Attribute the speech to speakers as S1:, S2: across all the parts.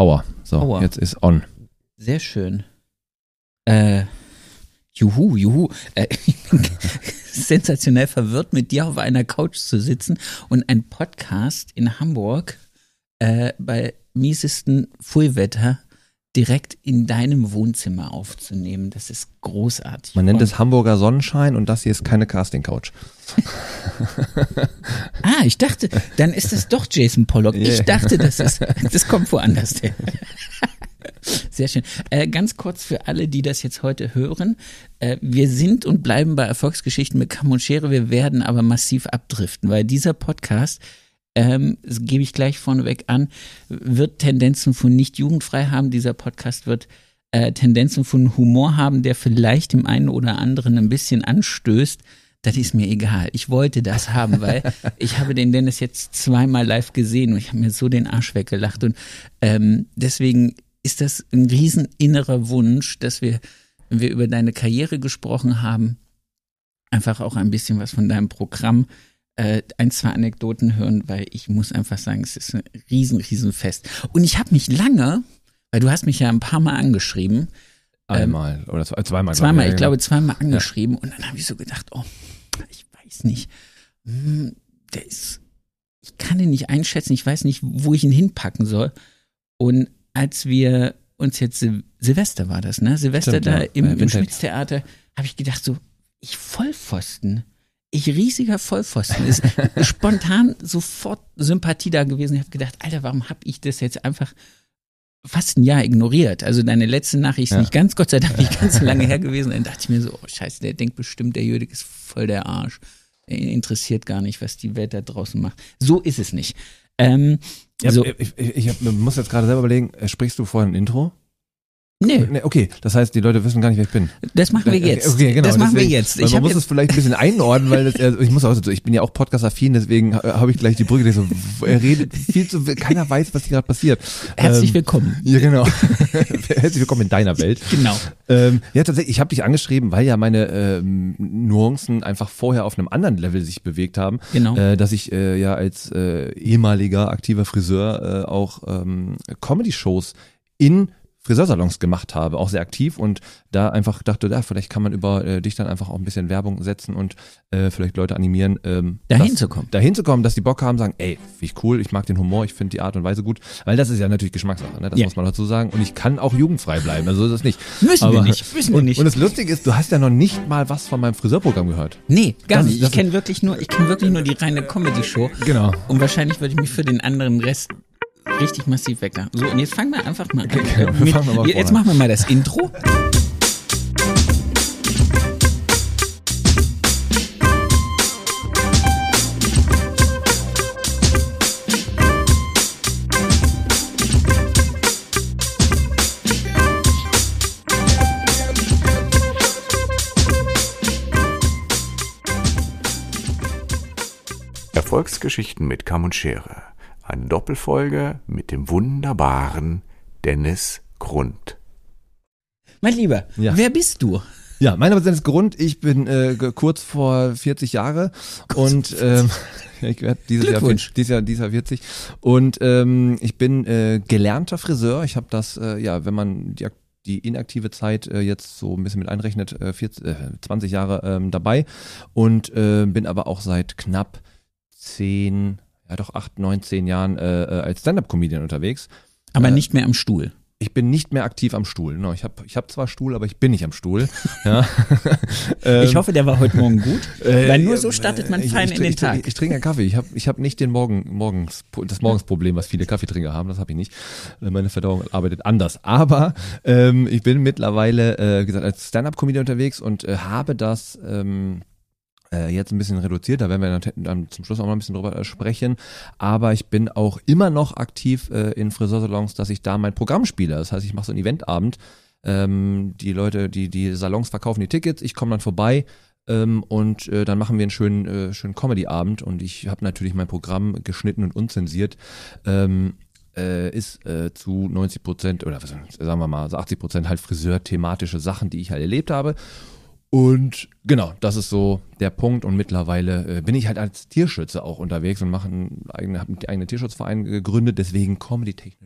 S1: Power. So,
S2: Power.
S1: Jetzt ist on.
S2: Sehr schön. Juhu. Ich bin sensationell verwirrt, mit dir auf einer Couch zu sitzen und einen Podcast in Hamburg bei miesesten Pfui-Wetter direkt in deinem Wohnzimmer aufzunehmen. Das ist großartig.
S1: Man nennt es Hamburger Sonnenschein und das hier ist keine Casting-Couch.
S2: Ich dachte, dann ist das doch Jason Pollock.
S1: Yeah.
S2: Ich dachte, das kommt woanders her. Sehr schön. Ganz kurz für alle, die das jetzt heute hören. Wir sind und bleiben bei Erfolgsgeschichten mit Kamm und Schere. Wir werden aber massiv abdriften, weil dieser Podcast, das gebe ich gleich vorneweg an, wird Tendenzen von nicht jugendfrei haben. Dieser Podcast wird Tendenzen von Humor haben, der vielleicht dem einen oder anderen ein bisschen anstößt. Das ist mir egal. Ich wollte das haben, weil ich habe den Dennis jetzt zweimal live gesehen und ich habe mir so den Arsch weggelacht. Und deswegen ist das ein riesen innerer Wunsch, dass wir, wenn wir über deine Karriere gesprochen haben, einfach auch ein bisschen was von deinem Programm, ein, zwei Anekdoten hören, weil ich muss einfach sagen, es ist ein riesen Fest. Und ich habe mich lange, weil du hast mich ja ein paar Mal angeschrieben.
S1: Einmal oder zweimal.
S2: Ich glaube zweimal angeschrieben und dann habe ich so gedacht, ich weiß nicht, ich kann ihn nicht einschätzen, ich weiß nicht, wo ich ihn hinpacken soll. Und als wir uns jetzt, Silvester war das, ne? Silvester
S1: Stimmt,
S2: da
S1: ja.
S2: im Schmitz-Theater, habe ich gedacht so, riesiger Vollpfosten, ist spontan sofort Sympathie da gewesen. Ich habe gedacht, Alter, warum habe ich das jetzt einfach fast ein Jahr ignoriert? Also deine letzte Nachricht ist nicht ganz, Gott sei Dank, nicht ganz so lange her gewesen. Dann dachte ich mir so, scheiße, der denkt bestimmt, der Jödig ist voll der Arsch. Er interessiert gar nicht, was die Welt da draußen macht. So ist es nicht.
S1: Ich muss jetzt gerade selber überlegen, sprichst du vorhin ein Intro?
S2: Nee.
S1: Okay, das heißt, die Leute wissen gar nicht, wer ich bin.
S2: Das machen wir jetzt.
S1: Okay, genau.
S2: Das machen wir jetzt.
S1: Man muss es vielleicht ein bisschen einordnen, weil ich bin ja auch Podcast-affin, deswegen habe ich gleich die Brücke, er redet viel zu, keiner weiß, was hier gerade passiert.
S2: Herzlich willkommen.
S1: Ja, genau. Herzlich willkommen in deiner Welt.
S2: Genau.
S1: Ja, tatsächlich, ich habe dich angeschrieben, weil ja meine Nuancen einfach vorher auf einem anderen Level sich bewegt haben.
S2: Genau.
S1: Dass ich ja als ehemaliger aktiver Friseur auch Comedy-Shows in Friseursalons gemacht habe, auch sehr aktiv und da einfach dachte, vielleicht kann man über dich dann einfach auch ein bisschen Werbung setzen und vielleicht Leute animieren, dahin zu kommen, dass die Bock haben, sagen, ey, wie ich cool, ich mag den Humor, ich finde die Art und Weise gut, weil das ist ja natürlich Geschmackssache, ne? Das muss man dazu sagen und ich kann auch jugendfrei bleiben, also ist das nicht.
S2: Müssen wir nicht.
S1: Und das Lustige ist, du hast ja noch nicht mal was von meinem Friseurprogramm gehört.
S2: Nee, gar nicht. Ich kenne wirklich nur die reine Comedy-Show.
S1: Genau.
S2: Und wahrscheinlich würde ich mich für den anderen Rest richtig massiv weg da. So, und jetzt fangen wir einfach mal an. Jetzt machen wir mal das Intro.
S3: Erfolgsgeschichten mit Kamm und Schere. Eine Doppelfolge mit dem wunderbaren Dennis Grund.
S2: Mein Lieber, wer bist du?
S1: Ja, mein Name ist Dennis Grund, ich bin kurz vor 40 Jahre und ich werde dieses Jahr 40 und ich bin gelernter Friseur. Ich habe das, wenn man die inaktive Zeit jetzt so ein bisschen mit einrechnet, 20 Jahre dabei und bin aber auch seit knapp 8, 9, 10 Jahren als Stand-Up-Comedian unterwegs.
S2: Aber nicht mehr am Stuhl.
S1: Ich bin nicht mehr aktiv am Stuhl. No, ich hab zwar Stuhl, aber ich bin nicht am Stuhl. Ja.
S2: Ich hoffe, der war heute Morgen gut, weil nur so startet man fein in den Tag.
S1: Ich trinke einen Kaffee. Ich hab nicht das Morgensproblem, was viele Kaffeetrinker haben. Das habe ich nicht. Meine Verdauung arbeitet anders. Aber ich bin mittlerweile als Stand-Up-Comedian unterwegs und habe das jetzt ein bisschen reduziert, da werden wir dann zum Schluss auch noch ein bisschen drüber sprechen, aber ich bin auch immer noch aktiv in Friseursalons, dass ich da mein Programm spiele, das heißt, ich mache so einen Eventabend, die Leute, die Salons verkaufen die Tickets, ich komme dann vorbei und dann machen wir einen schönen Comedy-Abend und ich habe natürlich mein Programm geschnitten und unzensiert, ist zu 90% oder sagen wir mal so 80% halt Friseur-thematische Sachen, die ich halt erlebt habe. Und genau, das ist so der Punkt und mittlerweile bin ich halt als Tierschützer auch unterwegs und habe einen eigenen Tierschutzverein gegründet, deswegen comedy-technisch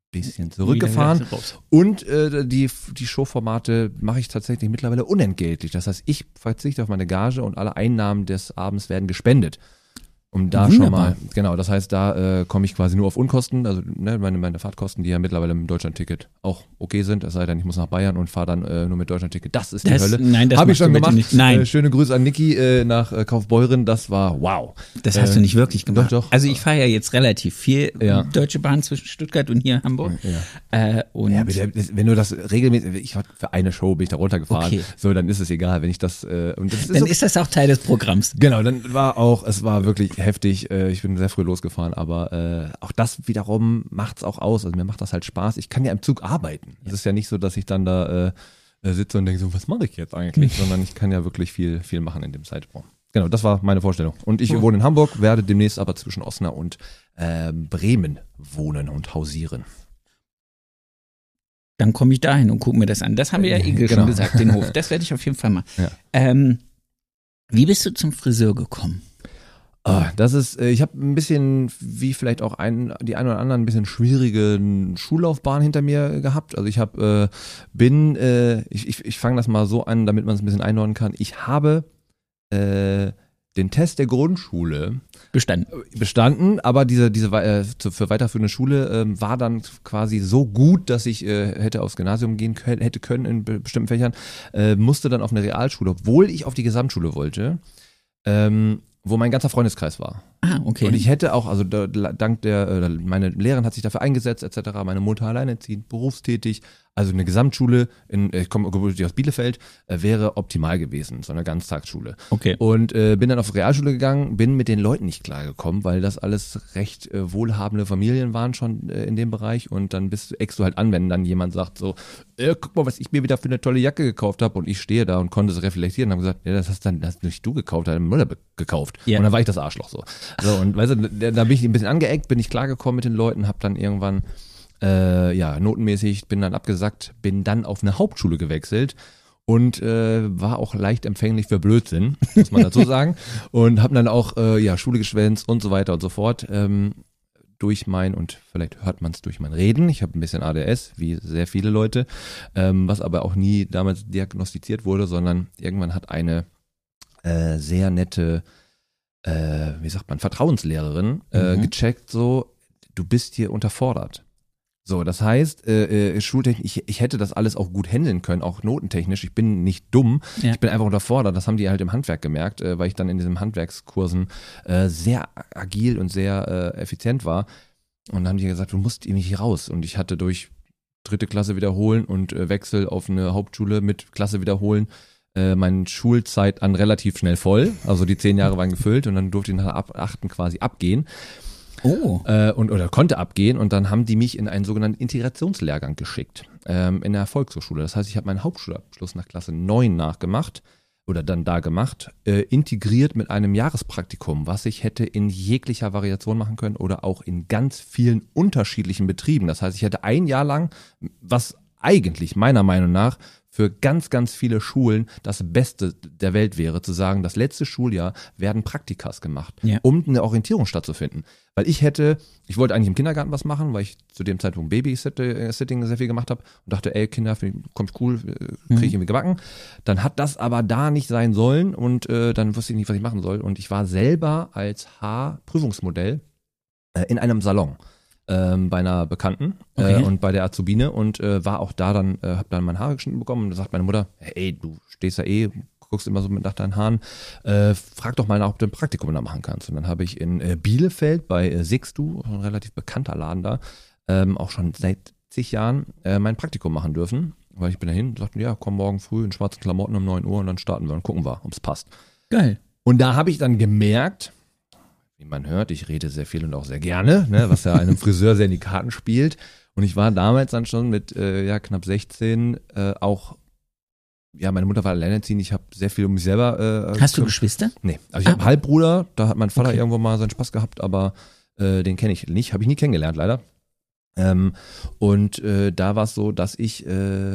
S1: bisschen zurückgefahren. Und die Showformate mache ich tatsächlich mittlerweile unentgeltlich. Das heißt, ich verzichte auf meine Gage und alle Einnahmen des Abends werden gespendet. Um da
S2: Wunderbar.
S1: schon mal, genau, das heißt, da komme ich quasi nur auf Unkosten, also ne, meine Fahrtkosten, die ja mittlerweile im Deutschlandticket auch okay sind, es sei denn, ich muss nach Bayern und fahre dann nur mit Deutschlandticket. Das ist die Hölle.
S2: Nein, das
S1: habe ich schon
S2: machst du
S1: gemacht.
S2: bitte nicht. Nein.
S1: Schöne Grüße an Niki nach Kaufbeuren, das war wow.
S2: Das hast du nicht wirklich gemacht.
S1: Doch.
S2: Also ich fahre ja jetzt relativ viel
S1: Ja.
S2: Deutsche Bahn zwischen Stuttgart und hier Hamburg. Und
S1: Ja, wenn du das regelmäßig, für eine Show bin ich da runtergefahren,
S2: Okay.
S1: so, dann ist es egal, wenn ich das, und das ist
S2: dann
S1: so,
S2: ist das auch Teil des Programms.
S1: genau, dann es war wirklich heftig, ich bin sehr früh losgefahren, aber auch das wiederum macht's auch aus, also mir macht das halt Spaß, ich kann ja im Zug arbeiten, es ist ja nicht so, dass ich dann da sitze und denke so, was mache ich jetzt eigentlich, sondern ich kann ja wirklich viel machen in dem Zeitraum. Genau, das war meine Vorstellung. Und ich wohne in Hamburg, werde demnächst aber zwischen Osnabrück und Bremen wohnen und hausieren.
S2: Dann komme ich dahin und gucke mir das an. Das haben wir ja
S1: Genau.
S2: schon gesagt, den Hof. Das werde ich auf jeden Fall machen.
S1: Ja.
S2: Wie bist du zum Friseur gekommen?
S1: Das ist, ich habe ein bisschen, wie vielleicht auch die ein oder anderen, ein bisschen schwierige Schullaufbahn hinter mir gehabt. Also ich habe, ich fange das mal so an, damit man es ein bisschen einordnen kann. Ich habe den Test der Grundschule bestanden, aber diese für weiterführende Schule war dann quasi so gut, dass ich hätte aufs Gymnasium gehen hätte können in bestimmten Fächern, musste dann auf eine Realschule, obwohl ich auf die Gesamtschule wollte, wo mein ganzer Freundeskreis war.
S2: Ah, okay.
S1: Und ich hätte auch, also dank meine Lehrerin hat sich dafür eingesetzt, etc., meine Mutter alleinerziehend, berufstätig, also eine Gesamtschule, ich komme gebürtig aus Bielefeld, wäre optimal gewesen, so eine Ganztagsschule.
S2: Okay.
S1: Und bin dann auf die Realschule gegangen, bin mit den Leuten nicht klargekommen, weil das alles recht wohlhabende Familien waren schon in dem Bereich und dann eckst du halt an, wenn dann jemand sagt so, guck mal, was ich mir wieder für eine tolle Jacke gekauft habe und ich stehe da und konnte es reflektieren und habe gesagt, ja, das hast nicht du gekauft, das hat meine Mutter gekauft.
S2: Ja.
S1: Und dann war ich das Arschloch so. So, und weißt du, da bin ich ein bisschen angeeckt, bin ich klargekommen mit den Leuten, habe dann irgendwann notenmäßig bin dann abgesackt, bin dann auf eine Hauptschule gewechselt und war auch leicht empfänglich für Blödsinn, muss man dazu sagen, und habe dann auch Schule geschwänzt und so weiter und so fort. Und vielleicht hört man es durch mein Reden, ich habe ein bisschen ADS, wie sehr viele Leute, was aber auch nie damals diagnostiziert wurde, sondern irgendwann hat eine sehr nette Vertrauenslehrerin gecheckt, so, du bist hier unterfordert. So, das heißt, schultechnisch, ich hätte das alles auch gut handeln können, auch notentechnisch. Ich bin nicht dumm, Ich bin einfach unterfordert. Das haben die halt im Handwerk gemerkt, weil ich dann in diesen Handwerkskursen sehr agil und sehr effizient war. Und dann haben die gesagt, du musst irgendwie hier raus. Und ich hatte durch 3. Klasse wiederholen und Wechsel auf eine Hauptschule mit Klasse wiederholen, meine Schulzeit an relativ schnell voll. Also die 10 Jahre waren gefüllt und dann durfte ich nach der 8. quasi abgehen.
S2: Oh.
S1: Oder konnte abgehen und dann haben die mich in einen sogenannten Integrationslehrgang geschickt in der Volkshochschule. Das heißt, ich habe meinen Hauptschulabschluss nach Klasse 9 nachgemacht oder dann da gemacht, integriert mit einem Jahrespraktikum, was ich hätte in jeglicher Variation machen können oder auch in ganz vielen unterschiedlichen Betrieben. Das heißt, ich hätte ein Jahr lang, was eigentlich meiner Meinung nach für ganz, ganz viele Schulen das Beste der Welt wäre, zu sagen, das letzte Schuljahr werden Praktikas gemacht, um eine Orientierung stattzufinden. Weil ich wollte eigentlich im Kindergarten was machen, weil ich zu dem Zeitpunkt Babysitting sehr viel gemacht habe und dachte, ey, Kinder, kommt cool, kriege ich irgendwie gebacken. Dann hat das aber da nicht sein sollen und dann wusste ich nicht, was ich machen soll. Und ich war selber als Haarprüfungsmodell in einem Salon. Bei einer Bekannten und bei der Azubine und war auch da dann, hab dann meine Haare geschnitten bekommen und da sagt meine Mutter, hey, du stehst ja guckst immer so mit nach deinen Haaren, frag doch mal nach, ob du ein Praktikum da machen kannst. Und dann habe ich in Bielefeld bei Sixtu, ein relativ bekannter Laden da, auch schon seit zig Jahren mein Praktikum machen dürfen, weil ich bin dahin und sagte, ja, komm morgen früh in schwarzen Klamotten um 9 Uhr und dann starten wir und gucken wir, ob es passt.
S2: Geil.
S1: Und da habe ich dann gemerkt, wie man hört, ich rede sehr viel und auch sehr gerne, ne, was ja einem Friseur sehr in die Karten spielt. Und ich war damals dann schon mit knapp 16 meine Mutter war alleinerziehend, ich habe sehr viel um mich selber.
S2: Hast du Geschwister?
S1: Nee, also ich habe einen Halbbruder, da hat mein Vater irgendwo mal seinen Spaß gehabt, aber den kenne ich nicht, habe ich nie kennengelernt, leider. Da war es so, dass ich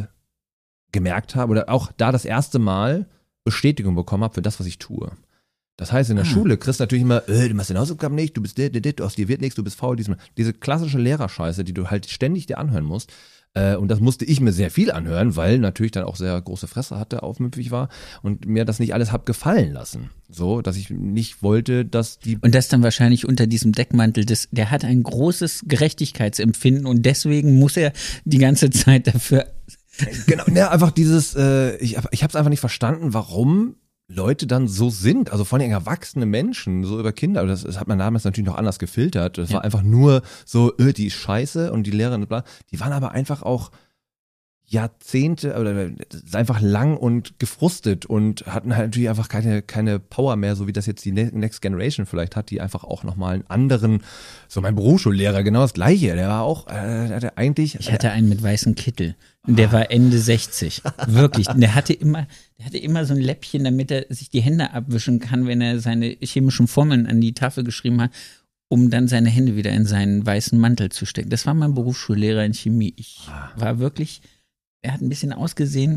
S1: gemerkt habe, oder auch da das erste Mal Bestätigung bekommen habe für das, was ich tue. Das heißt, in der Schule kriegst du natürlich immer, du machst deine Hausaufgaben nicht, du bist aus dir wird nichts, du bist faul. Diese klassische Lehrerscheiße, die du halt ständig dir anhören musst. Und das musste ich mir sehr viel anhören, weil natürlich dann auch sehr große Fresse hatte, aufmüpfig war und mir das nicht alles hab gefallen lassen. So, dass ich nicht wollte, dass die...
S2: Und das dann wahrscheinlich unter diesem Deckmantel, der hat ein großes Gerechtigkeitsempfinden und deswegen muss er die ganze Zeit dafür...
S1: Genau, ne, einfach dieses, ich hab's einfach nicht verstanden, warum Leute dann so sind, also vor allem erwachsene Menschen, so über Kinder, das hat man damals natürlich noch anders gefiltert, das war einfach nur so, die ist scheiße und die Lehrerin, bla, die waren aber einfach auch Jahrzehnte oder einfach lang und gefrustet und hatten halt natürlich einfach keine Power mehr, so wie das jetzt die Next Generation vielleicht hat, die einfach auch nochmal einen anderen, so mein Berufsschullehrer, genau das Gleiche, der war auch, der eigentlich...
S2: Ich hatte einen mit weißem Kittel, der war Ende 60, wirklich, der hatte immer so ein Läppchen, damit er sich die Hände abwischen kann, wenn er seine chemischen Formeln an die Tafel geschrieben hat, um dann seine Hände wieder in seinen weißen Mantel zu stecken. Das war mein Berufsschullehrer in Chemie. Ich war wirklich... Er hat ein bisschen ausgesehen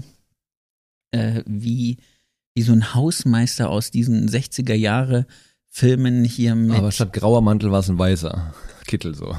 S2: wie so ein Hausmeister aus diesen 60er-Jahre-Filmen hier mit.
S1: Aber statt grauer Mantel war es ein weißer Kittel so.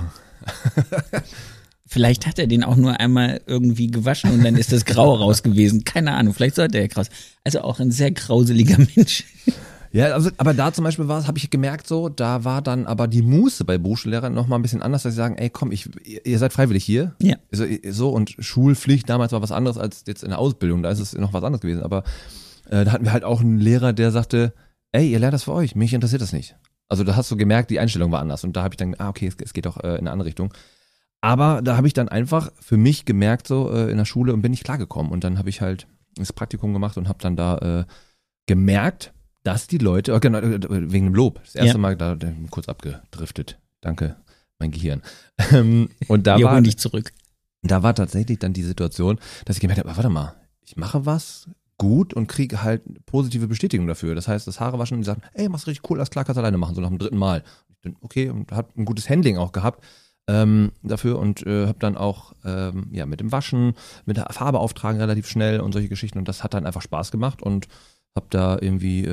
S2: Vielleicht hat er den auch nur einmal irgendwie gewaschen und dann ist das Grau raus gewesen. Keine Ahnung, vielleicht sollte er kraus. Also auch ein sehr grauseliger Mensch.
S1: Ja, also, aber da zum Beispiel habe ich gemerkt so, da war dann aber die Muße bei Berufsschullehrern noch mal ein bisschen anders, dass sie sagen, ey komm, ihr seid freiwillig hier.
S2: Ja.
S1: So und Schulpflicht damals war was anderes als jetzt in der Ausbildung, da ist es noch was anderes gewesen, aber da hatten wir halt auch einen Lehrer, der sagte, ey, ihr lernt das für euch, mich interessiert das nicht. Also da hast du gemerkt, die Einstellung war anders und da habe ich dann, okay, es geht doch in eine andere Richtung. Aber da habe ich dann einfach für mich gemerkt so in der Schule und bin nicht klargekommen und dann habe ich halt das Praktikum gemacht und habe dann da gemerkt, dass die Leute, genau, wegen dem Lob, das erste Mal da kurz abgedriftet. Danke, mein Gehirn. Und da
S2: wir holen dich zurück.
S1: Da war tatsächlich dann die Situation, dass ich gemerkt habe, warte mal, ich mache was gut und kriege halt positive Bestätigung dafür. Das heißt, das Haare waschen und die sagen, ey, machst richtig cool, alles klar, kannst du alleine machen, so nach dem 3. Mal. Ich bin okay und habe ein gutes Handling auch gehabt dafür und habe dann auch mit dem Waschen, mit der Farbe auftragen relativ schnell und solche Geschichten und das hat dann einfach Spaß gemacht und habe da irgendwie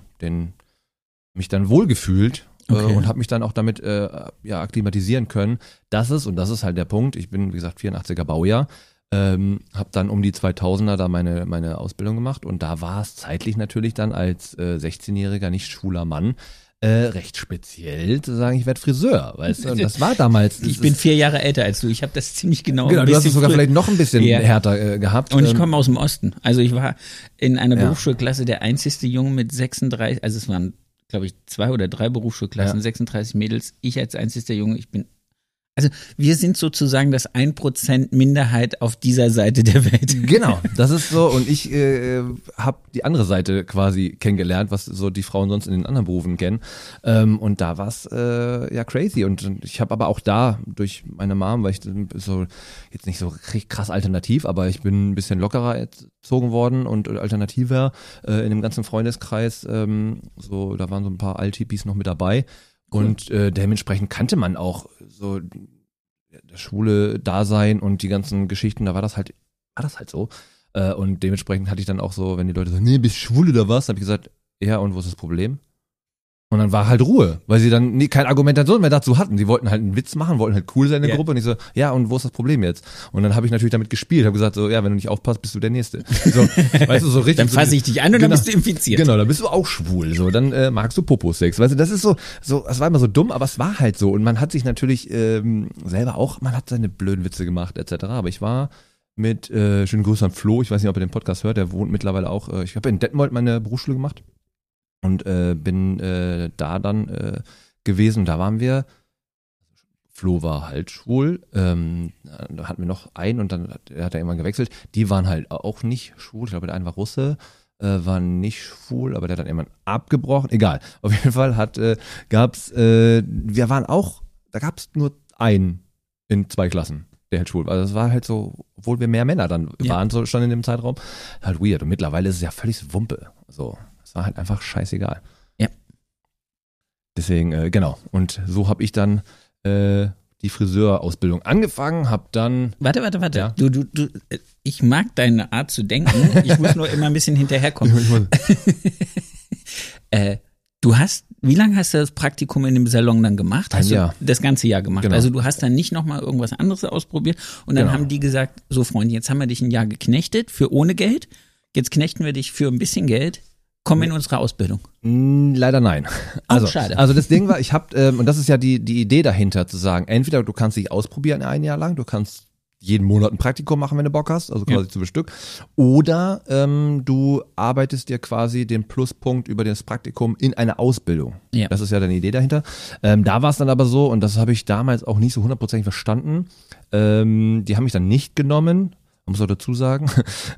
S1: mich dann wohlgefühlt und habe mich dann auch damit akklimatisieren können. Das ist halt der Punkt, ich bin wie gesagt 84er Baujahr, habe dann um die 2000er da meine Ausbildung gemacht und da war es zeitlich natürlich dann als 16-jähriger nicht schwuler Mann recht speziell zu sagen, ich werde Friseur, weißt du, und das war damals.
S2: Ich bin 4 Jahre älter als du, ich habe das ziemlich genau.
S1: Genau, du hast es sogar vielleicht noch ein bisschen härter gehabt.
S2: Und ich komme aus dem Osten, also ich war in einer Berufsschulklasse der einzigste Junge mit 36, also es waren, glaube ich, 2 oder 3 Berufsschulklassen, 36 Mädels, ich als einzigster Junge, also wir sind sozusagen das 1% Minderheit auf dieser Seite der Welt.
S1: Genau, das ist so und ich habe die andere Seite quasi kennengelernt, was so die Frauen sonst in den anderen Berufen kennen und da war es crazy und ich habe aber auch da durch meine Mom, weil ich so jetzt nicht so krass alternativ, aber ich bin ein bisschen lockerer erzogen worden und alternativer in dem ganzen Freundeskreis, da waren so ein paar Alt-Hippies noch mit dabei. Und dementsprechend kannte man auch so das schwule Dasein und die ganzen Geschichten, da war das halt so. Und dementsprechend hatte ich dann auch so, wenn die Leute sagen, nee, bist schwul oder was? Dann habe ich gesagt, ja, und wo ist das Problem? Und dann war halt Ruhe, weil sie dann keine Argumentation mehr dazu hatten. Sie wollten halt einen Witz machen, wollten halt cool sein in der Gruppe und ich so, ja, und wo ist das Problem jetzt? Und dann habe ich natürlich damit gespielt, habe gesagt so, ja, wenn du nicht aufpasst, bist du der Nächste. So, weißt du, so richtig.
S2: Dann fasse ich dich an und dann bist du infiziert.
S1: Genau, dann bist du auch schwul. So, dann magst du Popo-Sex. Weißt du, das ist so, es war immer so dumm, aber es war halt so. Und man hat sich natürlich selber auch, man hat seine blöden Witze gemacht, etc. Aber ich war mit schönen Grüße an Flo, ich weiß nicht, ob er den Podcast hört, der wohnt mittlerweile auch, ich habe in Detmold meine Berufsschule gemacht. Und bin da dann gewesen, da waren wir, Flo war halt schwul, da hatten wir noch einen und dann hat er irgendwann gewechselt, die waren halt auch nicht schwul, ich glaube der eine war Russe, war nicht schwul, aber der hat dann irgendwann abgebrochen, egal, auf jeden Fall gab's nur einen in 2 Klassen, der halt schwul war, also das war halt so, obwohl wir mehr Männer dann waren so schon in dem Zeitraum, halt weird und mittlerweile ist es ja völlig Wumpe, so. Es war halt einfach scheißegal.
S2: Ja.
S1: Deswegen, genau. Und so habe ich dann die Friseurausbildung angefangen, habe dann...
S2: Warte.
S1: Ja?
S2: Du, ich mag deine Art zu denken. Ich muss nur immer ein bisschen hinterherkommen. Wie lange hast du das Praktikum in dem Salon dann gemacht? Hast
S1: Ein Jahr.
S2: du das ganze Jahr gemacht?
S1: Genau.
S2: Also du hast dann nicht nochmal irgendwas anderes ausprobiert und dann
S1: Genau.
S2: haben die gesagt, so Freunde, jetzt haben wir dich ein Jahr geknechtet für ohne Geld, jetzt knechten wir dich für ein bisschen Geld, komm in unsere Ausbildung.
S1: Leider nein.
S2: Schade.
S1: Also das Ding war, ich habe, und das ist ja die Idee dahinter, zu sagen, entweder du kannst dich ausprobieren ein Jahr lang, du kannst jeden Monat ein Praktikum machen, wenn du Bock hast, also quasi zu Stück. Oder du arbeitest dir quasi den Pluspunkt über das Praktikum in eine Ausbildung.
S2: Ja.
S1: Das ist ja deine Idee dahinter. Da war es dann aber so, und das habe ich damals auch nicht so 100% verstanden, die haben mich dann nicht genommen, man muss auch dazu sagen,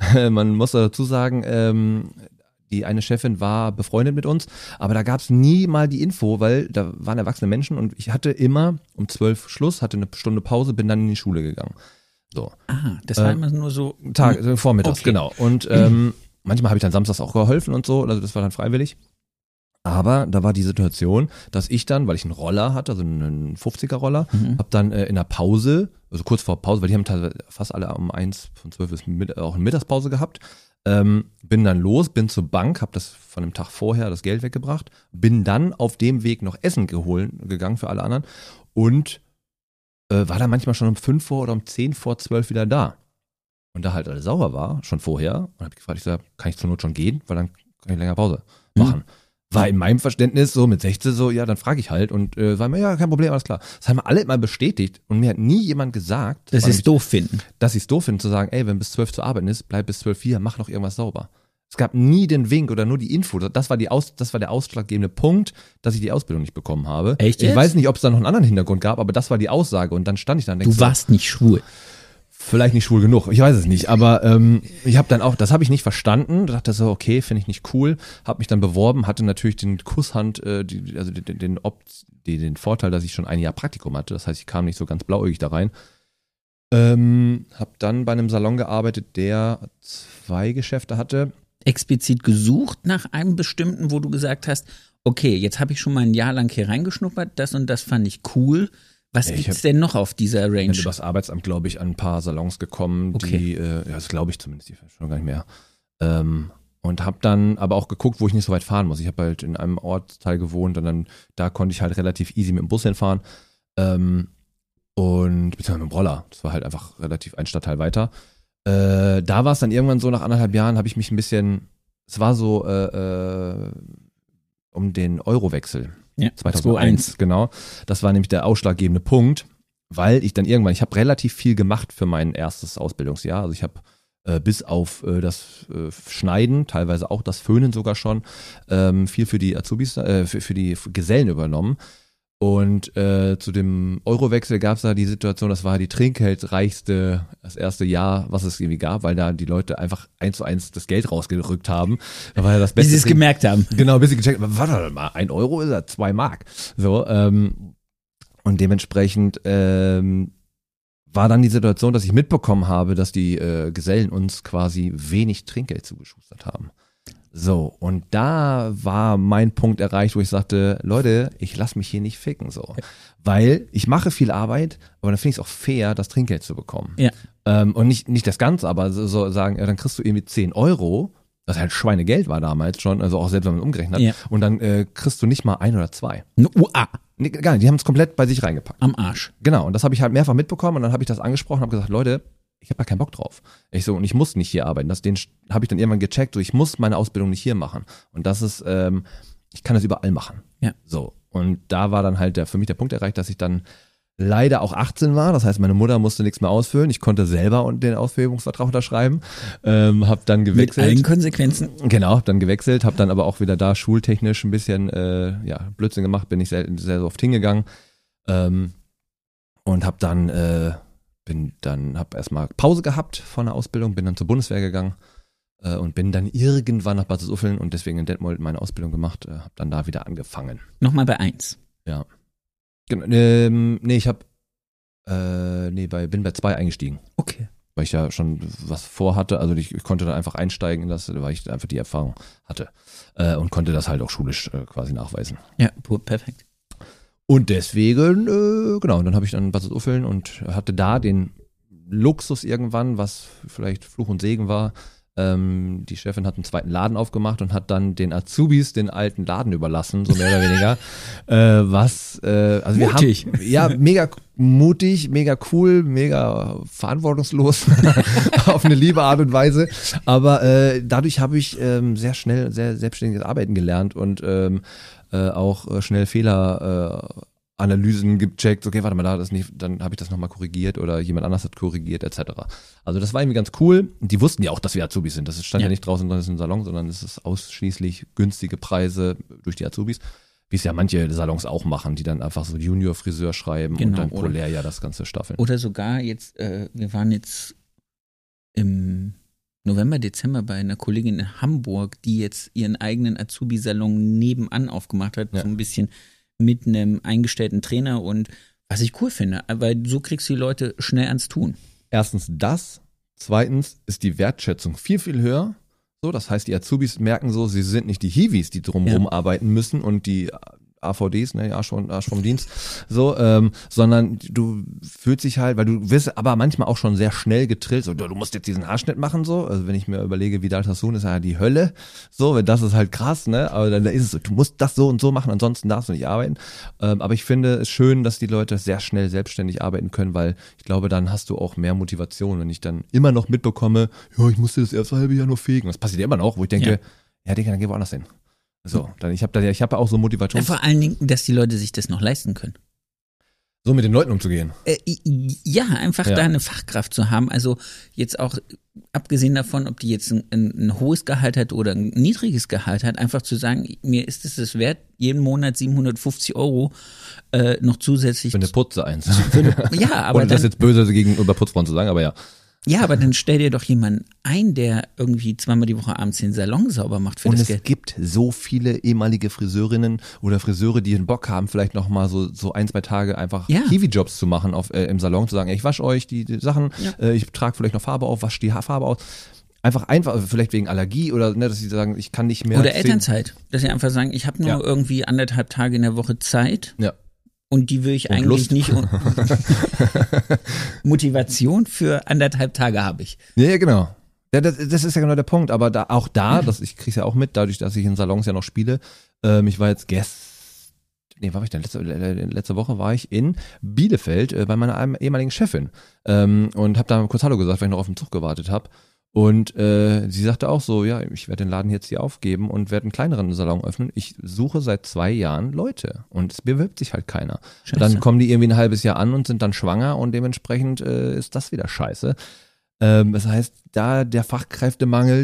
S1: die eine Chefin war befreundet mit uns, aber da gab es nie mal die Info, weil da waren erwachsene Menschen und ich hatte immer um 12 Schluss, hatte eine Stunde Pause, bin dann in die Schule gegangen. So.
S2: Das war immer nur so.
S1: Vormittags,
S2: Okay.
S1: genau. Und manchmal habe ich dann samstags auch geholfen und so, also das war dann freiwillig. Aber da war die Situation, dass ich dann, weil ich einen Roller hatte, also einen 50er-Roller, habe dann in der Pause, also kurz vor Pause, weil die haben teilweise fast alle um 1 von 12 bis auch eine Mittagspause gehabt, bin dann los, bin zur Bank, habe das von dem Tag vorher das Geld weggebracht, bin dann auf dem Weg noch Essen gegangen für alle anderen und war dann manchmal schon um 5 vor oder um 10 vor 12 wieder da. Und da halt alles sauber war, schon vorher, und habe ich gefragt, ich sag, kann ich zur Not schon gehen, weil dann kann ich länger Pause machen. War in meinem Verständnis so mit 16 so, ja, dann frage ich halt und sagen wir, ja, kein Problem, alles klar. Das haben wir alle immer bestätigt und mir hat nie jemand gesagt,
S2: Dass sie es doof finden.
S1: dass sie es doof finden, zu sagen, ey, wenn bis 12 zu arbeiten ist, bleib bis 12 hier, mach noch irgendwas sauber. Es gab nie den Wink oder nur die Info. Das war der ausschlaggebende Punkt, dass ich die Ausbildung nicht bekommen habe.
S2: Echt
S1: Ich
S2: jetzt?
S1: weiß nicht, ob es da noch einen anderen Hintergrund gab, aber das war die Aussage und dann stand ich da und denkst
S2: Du warst nicht schwul.
S1: vielleicht nicht schwul genug, ich weiß es nicht, aber ich habe dann auch, das habe ich nicht verstanden, dachte so, okay, finde ich nicht cool, habe mich dann beworben, hatte natürlich den Kusshand, den Vorteil, dass ich schon ein Jahr Praktikum hatte, das heißt, ich kam nicht so ganz blauäugig da rein. Habe dann bei einem Salon gearbeitet, der 2 Geschäfte hatte.
S2: Explizit gesucht nach einem bestimmten, wo du gesagt hast, okay, jetzt habe ich schon mal ein Jahr lang hier reingeschnuppert, das und das fand ich cool. Was
S1: Ich
S2: gibt's denn noch auf dieser Range?
S1: Bin über das Arbeitsamt, glaube ich, an ein paar Salons gekommen,
S2: Okay.
S1: die, das glaube ich zumindest, die schon gar nicht mehr. Und habe dann aber auch geguckt, wo ich nicht so weit fahren muss. Ich habe halt in einem Ortsteil gewohnt und dann da konnte ich halt relativ easy mit dem Bus hinfahren. Und beziehungsweise mit dem Roller. Das war halt einfach relativ ein Stadtteil weiter. Da war es dann irgendwann so, nach 1,5 Jahren habe ich mich ein bisschen, es war so um den Eurowechsel.
S2: Ja,
S1: 2001, genau. Das war nämlich der ausschlaggebende Punkt, weil ich dann irgendwann, ich habe relativ viel gemacht für mein erstes Ausbildungsjahr. Also ich habe bis auf das Schneiden, teilweise auch das Föhnen sogar schon, viel für die Azubis, für die Gesellen übernommen. Und zu dem Eurowechsel gab es da die Situation, das war die trinkgeldreichste, das erste Jahr, was es irgendwie gab, weil da die Leute einfach 1:1 das Geld rausgerückt haben. Da war ja das
S2: Wie
S1: Beste.
S2: sie es gemerkt haben.
S1: Genau, bis sie gecheckt haben, warte mal, 1 Euro ist ja 2 Mark. So, und dementsprechend war dann die Situation, dass ich mitbekommen habe, dass die Gesellen uns quasi wenig Trinkgeld zugeschustert haben. So, und da war mein Punkt erreicht, wo ich sagte, Leute, ich lass mich hier nicht ficken, so. Weil ich mache viel Arbeit, aber dann finde ich es auch fair, das Trinkgeld zu bekommen.
S2: Ja.
S1: Und nicht das Ganze, aber so sagen, ja, dann kriegst du irgendwie 10 Euro, was halt Schweinegeld war damals schon, also auch selbst wenn man umgerechnet hat,
S2: Ja.
S1: und dann kriegst du nicht mal 1 oder 2. Nee, gar nicht, die haben es komplett bei sich reingepackt.
S2: Am Arsch.
S1: Genau, und das habe ich halt mehrfach mitbekommen und dann habe ich das angesprochen und habe gesagt, Leute, ich habe da keinen Bock drauf. Und ich muss nicht hier arbeiten. Den habe ich dann irgendwann gecheckt, so ich muss meine Ausbildung nicht hier machen. Und das ist, ich kann das überall machen.
S2: Ja.
S1: So, und da war dann halt für mich der Punkt erreicht, dass ich dann leider auch 18 war. Das heißt, meine Mutter musste nichts mehr ausfüllen. Ich konnte selber den Ausführungsvertrag unterschreiben. Habe dann
S2: Mit
S1: gewechselt.
S2: allen Konsequenzen.
S1: Genau, hab dann gewechselt, habe dann aber auch wieder da schultechnisch ein bisschen Blödsinn gemacht, bin ich sehr so oft hingegangen und habe dann hab erstmal Pause gehabt von der Ausbildung, bin dann zur Bundeswehr gegangen und bin dann irgendwann nach Bad Uffeln und deswegen in Detmold meine Ausbildung gemacht, habe dann da wieder angefangen.
S2: Nochmal bei 1.
S1: Ja. Genau, ich bin bei 2 eingestiegen.
S2: Okay.
S1: Weil ich ja schon was vorhatte, also ich konnte dann einfach einsteigen in das, weil ich einfach die Erfahrung hatte und konnte das halt auch schulisch quasi nachweisen.
S2: Ja, perfekt.
S1: Und deswegen, dann habe ich dann Bad Uffeln und hatte da den Luxus irgendwann, was vielleicht Fluch und Segen war, Die Chefin hat einen zweiten Laden aufgemacht und hat dann den Azubis den alten Laden überlassen, so mehr oder weniger. Also
S2: Mutig.
S1: wir haben, ja, mega mutig, mega cool, mega verantwortungslos auf eine liebe Art und Weise. Aber dadurch habe ich sehr schnell sehr selbstständiges Arbeiten gelernt und auch schnell Fehleranalysen gecheckt, okay, warte mal, da das nicht, dann habe ich das nochmal korrigiert oder jemand anders hat korrigiert, etc. Also das war irgendwie ganz cool. Die wussten ja auch, dass wir Azubis sind. Das stand ja nicht draußen, sondern es ist ein Salon, sondern es ist ausschließlich günstige Preise durch die Azubis, wie es ja manche Salons auch machen, die dann einfach so Junior-Friseur schreiben und dann polär ja das ganze staffeln.
S2: Oder sogar jetzt, wir waren jetzt im November, Dezember bei einer Kollegin in Hamburg, die jetzt ihren eigenen Azubi-Salon nebenan aufgemacht hat, so ein bisschen mit einem eingestellten Trainer und was ich cool finde, weil so kriegst du die Leute schnell ans Tun.
S1: Erstens das, zweitens ist die Wertschätzung viel, viel höher. So, das heißt, die Azubis merken so, sie sind nicht die Hiwis, die drumherum arbeiten müssen und die AVDs, ne, Arsch vom Dienst, so, sondern du fühlst dich halt, weil du wirst aber manchmal auch schon sehr schnell getrillt, so, du musst jetzt diesen Haarschnitt machen, so, also wenn ich mir überlege, Vidal Sassoon ist ja die Hölle, so, wenn das ist halt krass, ne, aber dann ist es so, du musst das so und so machen, ansonsten darfst du nicht arbeiten, aber ich finde es schön, dass die Leute sehr schnell selbstständig arbeiten können, weil ich glaube, dann hast du auch mehr Motivation, wenn ich dann immer noch mitbekomme, ja, ich musste das erste halbe Jahr noch fegen, das passiert ja immer noch, wo ich denke, ja Digga, dann geh woanders hin. So, dann ich habe ja auch so Motivation.
S2: Vor allen Dingen, dass die Leute sich das noch leisten können.
S1: So mit den Leuten umzugehen.
S2: Ja, einfach da eine Fachkraft zu haben. Also jetzt auch abgesehen davon, ob die jetzt ein hohes Gehalt hat oder ein niedriges Gehalt hat, einfach zu sagen, mir ist es wert, jeden Monat 750 € noch zusätzlich.
S1: Für eine Putze eins.
S2: Ja, aber
S1: ohne das jetzt böse gegenüber Putzfrauen zu sagen, aber ja.
S2: Ja, aber dann stell dir doch jemanden ein, der irgendwie zweimal die Woche abends den Salon sauber macht für das Geld.
S1: Und es gibt so viele ehemalige Friseurinnen oder Friseure, die den Bock haben, vielleicht noch mal so 1-2 Tage einfach Hiwi-Jobs zu machen im Salon, zu sagen, ich wasche euch die Sachen, ich trage vielleicht noch Farbe auf, wasche die Farbe aus. Einfach, vielleicht wegen Allergie oder dass sie sagen, ich kann nicht mehr.
S2: Oder Elternzeit, dass sie einfach sagen, ich habe nur irgendwie 1,5 Tage in der Woche Zeit. Ja. Und die will ich
S1: und
S2: eigentlich
S1: Lust.
S2: nicht. Motivation für 1,5 Tage habe ich.
S1: Ja, genau. Ja, das ist ja genau der Punkt. Aber ich krieg's ja auch mit, dadurch, dass ich in Salons ja noch spiele. Ich war jetzt letzte Woche war ich in Bielefeld bei meiner ehemaligen Chefin und habe da kurz Hallo gesagt, weil ich noch auf den Zug gewartet habe. Und sie sagte auch so, ja, ich werde den Laden jetzt hier aufgeben und werde einen kleineren Salon öffnen. Ich suche seit 2 Jahren Leute und es bewirbt sich halt keiner. Dann kommen die irgendwie ein halbes Jahr an und sind dann schwanger und dementsprechend ist das wieder scheiße. Das heißt, da der Fachkräftemangel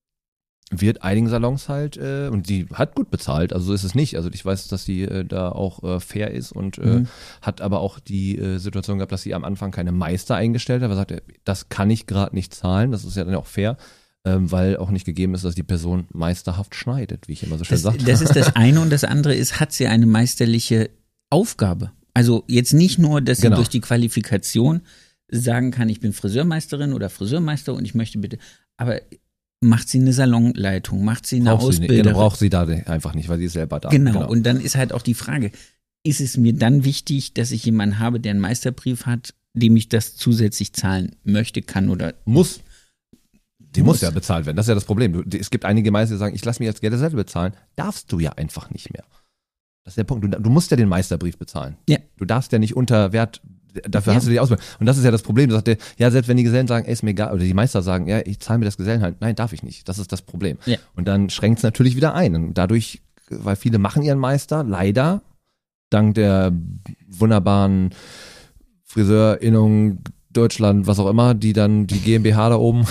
S1: wird einigen Salons halt, und die hat gut bezahlt, also so ist es nicht. Also ich weiß, dass sie da auch fair ist und hat aber auch die Situation gehabt, dass sie am Anfang keine Meister eingestellt hat, weil sie sagte, das kann ich gerade nicht zahlen, das ist ja dann auch fair, weil auch nicht gegeben ist, dass die Person meisterhaft schneidet, wie ich immer so schön sage.
S2: Das ist das eine und das andere ist, hat sie eine meisterliche Aufgabe. Also jetzt nicht nur, dass sie durch die Qualifikation sagen kann, ich bin Friseurmeisterin oder Friseurmeister und ich möchte bitte, aber macht sie eine Salonleitung, macht sie eine Ausbildung.
S1: Braucht sie da einfach nicht, weil sie ist selber da.
S2: Genau, und dann ist halt auch die Frage, ist es mir dann wichtig, dass ich jemanden habe, der einen Meisterbrief hat, dem ich das zusätzlich zahlen möchte, kann oder
S1: muss? Die muss ja bezahlt werden, das ist ja das Problem. Es gibt einige Meister, die sagen, ich lasse mich jetzt Geld selber bezahlen, darfst du ja einfach nicht mehr. Das ist der Punkt, du musst ja den Meisterbrief bezahlen. Ja. Du darfst ja nicht unter Wert. Dafür hast du die Ausbildung. Und das ist ja das Problem. Du sagst, ja, selbst wenn die Gesellen sagen, ey, ist mir egal, oder die Meister sagen, ja, ich zahle mir das Gesellenhalt. Nein, darf ich nicht. Das ist das Problem. Ja. Und dann schränkt es natürlich wieder ein. Und dadurch, weil viele machen ihren Meister, leider, dank der wunderbaren Friseurinnung Deutschland, was auch immer, die dann die GmbH da oben.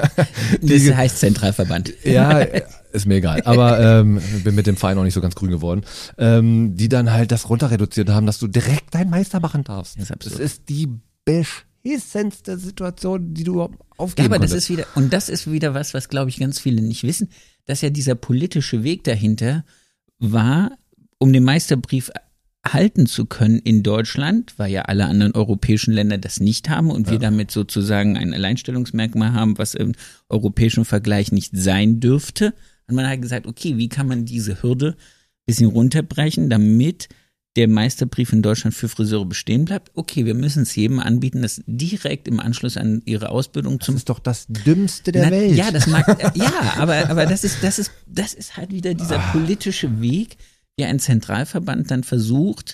S2: Das heißt Zentralverband.
S1: Ja, ist mir egal. Aber bin mit dem Verein auch nicht so ganz grün geworden. Die dann halt das runter reduziert haben, dass du direkt deinen Meister machen darfst. Das ist die beschissenste Situation, die du überhaupt aufgeben konntest.
S2: Das ist wieder was glaube ich ganz viele nicht wissen, dass ja dieser politische Weg dahinter war, um den Meisterbrief halten zu können in Deutschland, weil ja alle anderen europäischen Länder das nicht haben und wir damit sozusagen ein Alleinstellungsmerkmal haben, was im europäischen Vergleich nicht sein dürfte. Und man hat gesagt, okay, wie kann man diese Hürde ein bisschen runterbrechen, damit der Meisterbrief in Deutschland für Friseure bestehen bleibt. Okay, wir müssen es jedem anbieten, das direkt im Anschluss an ihre Ausbildung
S1: Das ist doch das Dümmste der Welt.
S2: Ja, das mag, aber das ist halt wieder dieser politische Weg, wie ein Zentralverband dann versucht,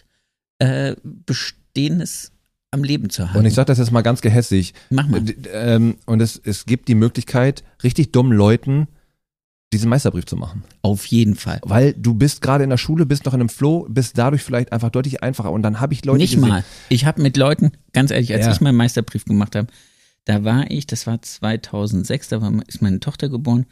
S2: Bestehendes am Leben zu halten.
S1: Und ich sage das jetzt mal ganz gehässig.
S2: Mach mal.
S1: Und es gibt die Möglichkeit, richtig dummen Leuten diesen Meisterbrief zu machen.
S2: Auf jeden Fall.
S1: Weil du bist gerade in der Schule, bist noch in einem Flow, bist dadurch vielleicht einfach deutlich einfacher. Und dann habe ich Leute
S2: Nicht
S1: gesehen.
S2: mal. Ich habe mit Leuten, ganz ehrlich, als ich meinen Meisterbrief gemacht habe, das war 2006, ist meine Tochter geboren.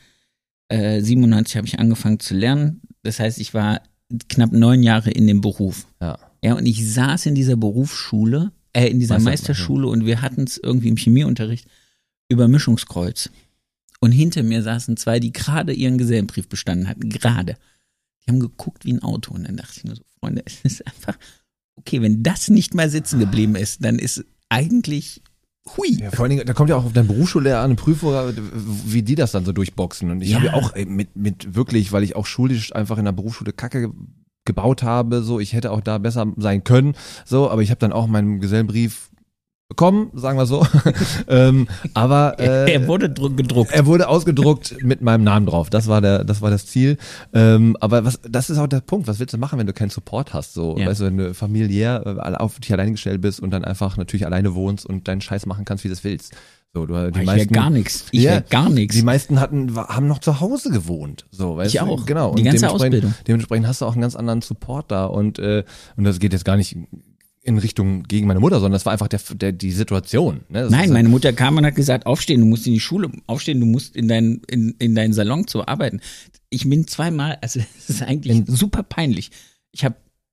S2: 97 habe ich angefangen zu lernen. Das heißt, ich war knapp 9 Jahre in dem Beruf.
S1: Ja.
S2: Ja, und ich saß in dieser Berufsschule, in dieser Meisterschule und wir hatten es irgendwie im Chemieunterricht über Mischungskreuz. Und hinter mir saßen 2, die gerade ihren Gesellenbrief bestanden hatten, gerade. Die haben geguckt wie ein Auto und dann dachte ich nur so, Freunde, es ist einfach, okay, wenn das nicht mal sitzen geblieben ist, dann ist eigentlich, hui.
S1: Ja, vor allen Dingen, da kommt ja auch auf deinen Berufsschullehrer an, eine Prüfung, wie die das dann so durchboxen. Und ich habe ja auch mit wirklich, weil ich auch schulisch einfach in der Berufsschule Kacke gebaut habe, so, ich hätte auch da besser sein können, so, aber ich habe dann auch meinen Gesellenbrief bekommen, sagen wir so. Aber
S2: er wurde gedruckt.
S1: Er wurde ausgedruckt mit meinem Namen drauf. Das war das Ziel. Aber das ist auch der Punkt. Was willst du machen, wenn du keinen Support hast? So, weißt du, wenn du familiär auf dich alleine gestellt bist und dann einfach natürlich alleine wohnst und deinen Scheiß machen kannst, wie du es willst. So,
S2: ich wäre gar nichts.
S1: Die meisten haben noch zu Hause gewohnt. So, weißt
S2: ich
S1: du?
S2: auch.
S1: Genau.
S2: Die
S1: und
S2: ganze Ausbildung.
S1: Dementsprechend hast du auch einen ganz anderen Support da und das geht jetzt gar nicht in Richtung gegen meine Mutter, sondern das war einfach die Situation. Ne?
S2: Nein, meine Mutter kam und hat gesagt, aufstehen, du musst in die Schule, aufstehen, du musst in deinen Salon zu arbeiten. Ich bin zweimal, also es ist eigentlich super peinlich. Ich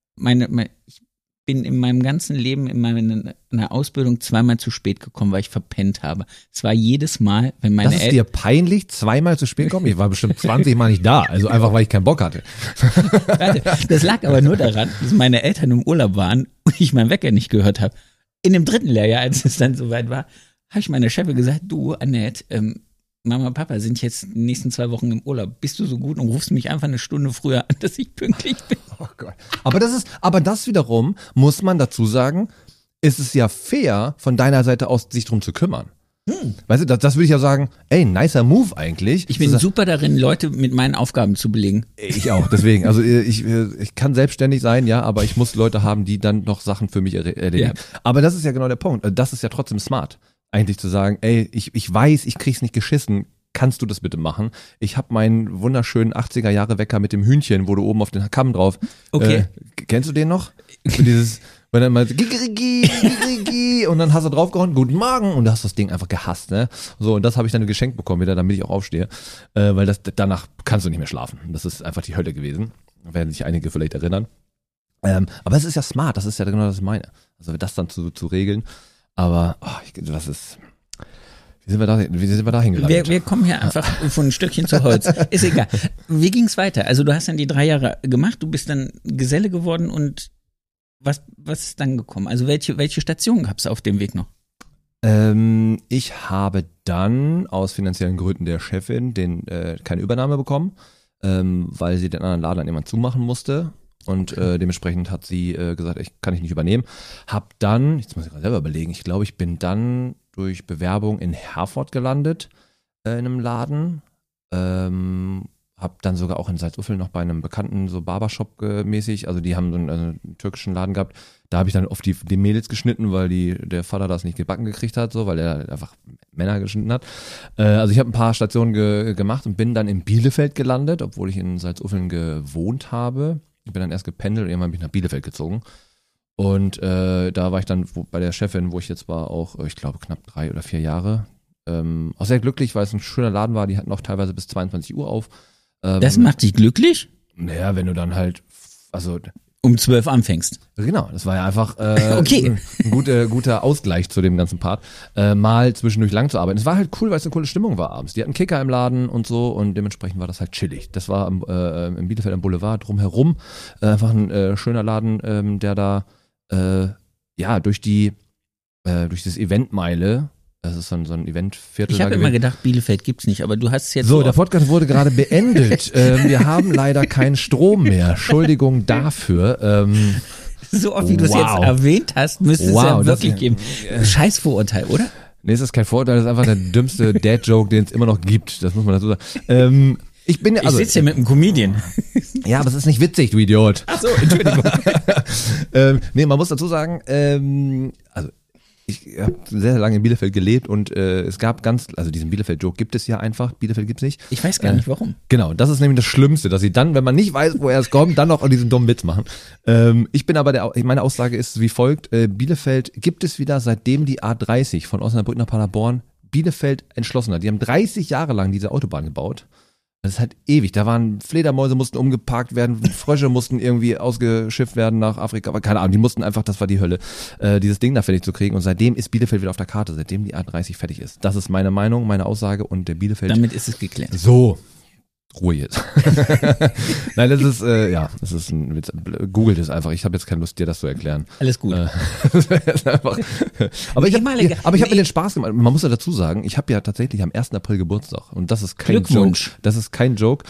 S2: bin in meinem ganzen Leben in meiner Ausbildung zweimal zu spät gekommen, weil ich verpennt habe. Es war jedes Mal, wenn meine
S1: Eltern... Das ist dir peinlich, zweimal zu spät kommen? Ich war bestimmt 20 Mal nicht da, also einfach, weil ich keinen Bock hatte.
S2: Das lag aber nur daran, dass meine Eltern im Urlaub waren und ich meinen Wecker nicht gehört habe. In dem 3. Lehrjahr, als es dann soweit war, habe ich meiner Chefin gesagt, du, Annette, Mama und Papa sind jetzt die nächsten 2 Wochen im Urlaub. Bist du so gut und rufst mich einfach eine Stunde früher an, dass ich pünktlich bin?
S1: Oh Gott. Aber das wiederum, muss man dazu sagen, ist es ja fair, von deiner Seite aus sich drum zu kümmern. Weißt du, das würde ich ja sagen, ey, nicer Move eigentlich.
S2: Ich bin super darin, Leute mit meinen Aufgaben zu belegen.
S1: Ich auch, deswegen. Also ich kann selbstständig sein, ja, aber ich muss Leute haben, die dann noch Sachen für mich erledigen. Ja. Aber das ist ja genau der Punkt. Das ist ja trotzdem smart. Eigentlich zu sagen, ey, ich weiß, ich krieg's nicht geschissen, kannst du das bitte machen? Ich habe meinen wunderschönen 80er-Jahre-Wecker mit dem Hühnchen, wo du oben auf den Kamm drauf.
S2: Okay.
S1: Kennst du den noch? Dieses, wenn dann mal Gigi, und dann hast du draufgehauen, guten Morgen, und du hast das Ding einfach gehasst, ne? So, und das habe ich dann geschenkt bekommen wieder, damit ich auch aufstehe, weil danach kannst du nicht mehr schlafen. Das ist einfach die Hölle gewesen. Da werden sich einige vielleicht erinnern. Aber es ist ja smart, das ist ja genau das, was ich meine. Also das dann zu regeln. Aber wie sind wir da hingelandet?
S2: Wir kommen hier einfach von ein Stückchen zu Holz. Ist egal. Wie ging's weiter? Also du hast dann die 3 Jahre gemacht, du bist dann Geselle geworden und was ist dann gekommen? Also welche Stationen gab's auf dem Weg noch?
S1: Ich habe dann aus finanziellen Gründen der Chefin keine Übernahme bekommen, weil sie den anderen Laden an jemand zumachen musste. Und dementsprechend hat sie gesagt, kann ich nicht übernehmen. Hab dann, jetzt muss ich gerade selber überlegen, ich glaube, ich bin dann durch Bewerbung in Herford gelandet, in einem Laden. Hab dann sogar auch in Salzuflen noch bei einem Bekannten so Barbershop mäßig, also die haben so einen türkischen Laden gehabt. Da habe ich dann auf die Mädels geschnitten, weil der Vater das nicht gebacken gekriegt hat, so, weil er einfach Männer geschnitten hat. Also ich habe ein paar Stationen gemacht und bin dann in Bielefeld gelandet, obwohl ich in Salzuflen gewohnt habe. Ich bin dann erst gependelt und irgendwann bin ich nach Bielefeld gezogen. Und da war ich dann bei der Chefin, wo ich jetzt war, auch, ich glaube, knapp 3 oder 4 Jahre. Auch sehr glücklich, weil es ein schöner Laden war. Die hatten auch teilweise bis 22 Uhr auf.
S2: Das macht dich glücklich?
S1: Naja, wenn du dann halt, also
S2: um 12 anfängst.
S1: Genau, das war ja einfach
S2: okay.
S1: ein guter Ausgleich zu dem ganzen Part, mal zwischendurch lang zu arbeiten. Es war halt cool, weil es eine coole Stimmung war abends. Die hatten Kicker im Laden und so und dementsprechend war das halt chillig. Das war im Bielefeld am Boulevard drumherum einfach ein schöner Laden, der da durch dieses Eventmeile. Das ist so ein Eventviertel.
S2: Ich habe immer gedacht, Bielefeld gibt's nicht, aber du hast es jetzt
S1: so. Der Podcast wurde gerade beendet. Wir haben leider keinen Strom mehr. Entschuldigung dafür.
S2: So oft, wie du es jetzt
S1: Wow.
S2: erwähnt hast, müsste es ja
S1: Wow, das-
S2: wirklich geben. Scheißvorurteil, oder?
S1: Nee, es ist kein Vorurteil, das ist einfach der dümmste Dad-Joke, den es immer noch gibt. Das muss man dazu sagen. Ich bin
S2: Ich sitze hier mit einem Comedian.
S1: ja, aber es ist nicht witzig, du Idiot.
S2: Ach so, Entschuldigung.
S1: Nee, man muss dazu sagen, also ich habe sehr lange in Bielefeld gelebt und es gab also diesen Bielefeld-Joke gibt es ja einfach, Bielefeld gibt's nicht.
S2: Ich weiß gar nicht, warum.
S1: Genau, das ist nämlich das Schlimmste, dass sie dann, wenn man nicht weiß, woher es kommt, dann noch diesen dummen Witz machen. Ich bin aber meine Aussage ist wie folgt, Bielefeld gibt es wieder, seitdem die A30 von Osnabrück nach Paderborn Bielefeld entschlossen hat. Die haben 30 Jahre lang diese Autobahn gebaut. Das ist halt ewig. Da waren Fledermäuse, mussten umgeparkt werden, Frösche mussten irgendwie ausgeschifft werden nach Afrika, aber keine Ahnung, die mussten einfach, das war die Hölle, dieses Ding da fertig zu kriegen. Und seitdem ist Bielefeld wieder auf der Karte, seitdem die A30 fertig ist. Das ist meine Meinung, meine Aussage und der Bielefeld.
S2: Damit ist es geklärt.
S1: So. Ruhe jetzt. Nein, das ist, das ist ein Witz. Googelt es einfach. Ich habe jetzt keine Lust, dir das zu erklären.
S2: Alles gut.
S1: Das ist einfach, aber ich habe
S2: ehemalige-
S1: mir den Spaß gemacht. Man muss ja dazu sagen, ich habe ja tatsächlich am 1. April Geburtstag und das ist kein
S2: Glückwunsch.
S1: Joke. Das ist kein Joke.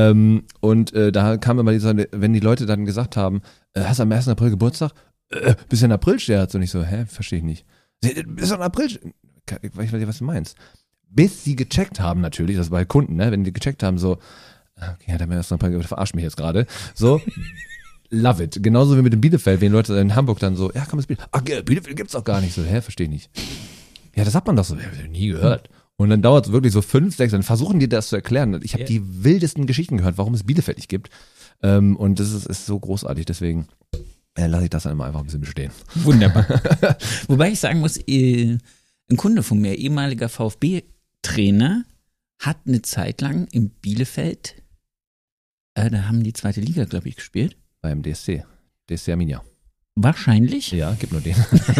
S1: Da kam immer wenn die Leute dann gesagt haben, hast du am 1. April Geburtstag? Bist du ein April-Scherz? Und ich so, verstehe ich nicht. Bist du ein April? Ich weiß nicht, was du meinst. Bis sie gecheckt haben natürlich, das war bei Kunden, ne, wenn die gecheckt haben, so, okay, hat er mir das noch ein paar, verarscht mich jetzt gerade, so, love it. Genauso wie mit dem Bielefeld, wenn Leute in Hamburg dann so, ja, komm, das Bielefeld gibt's doch gar nicht, so, verstehe ich nicht. Ja, das hat man doch so, nie gehört. Und dann dauert es wirklich so 5, 6, dann versuchen die das zu erklären. Ich habe die wildesten Geschichten gehört, warum es Bielefeld nicht gibt. Und das ist so großartig, deswegen lasse ich das dann immer einfach ein bisschen bestehen.
S2: Wunderbar. Wobei ich sagen muss, ein Kunde von mir, ehemaliger VfB-Trainer, hat eine Zeit lang in Bielefeld, da haben die zweite Liga, glaube ich, gespielt.
S1: Beim DSC Arminia.
S2: Wahrscheinlich
S1: Ja, gibt nur den.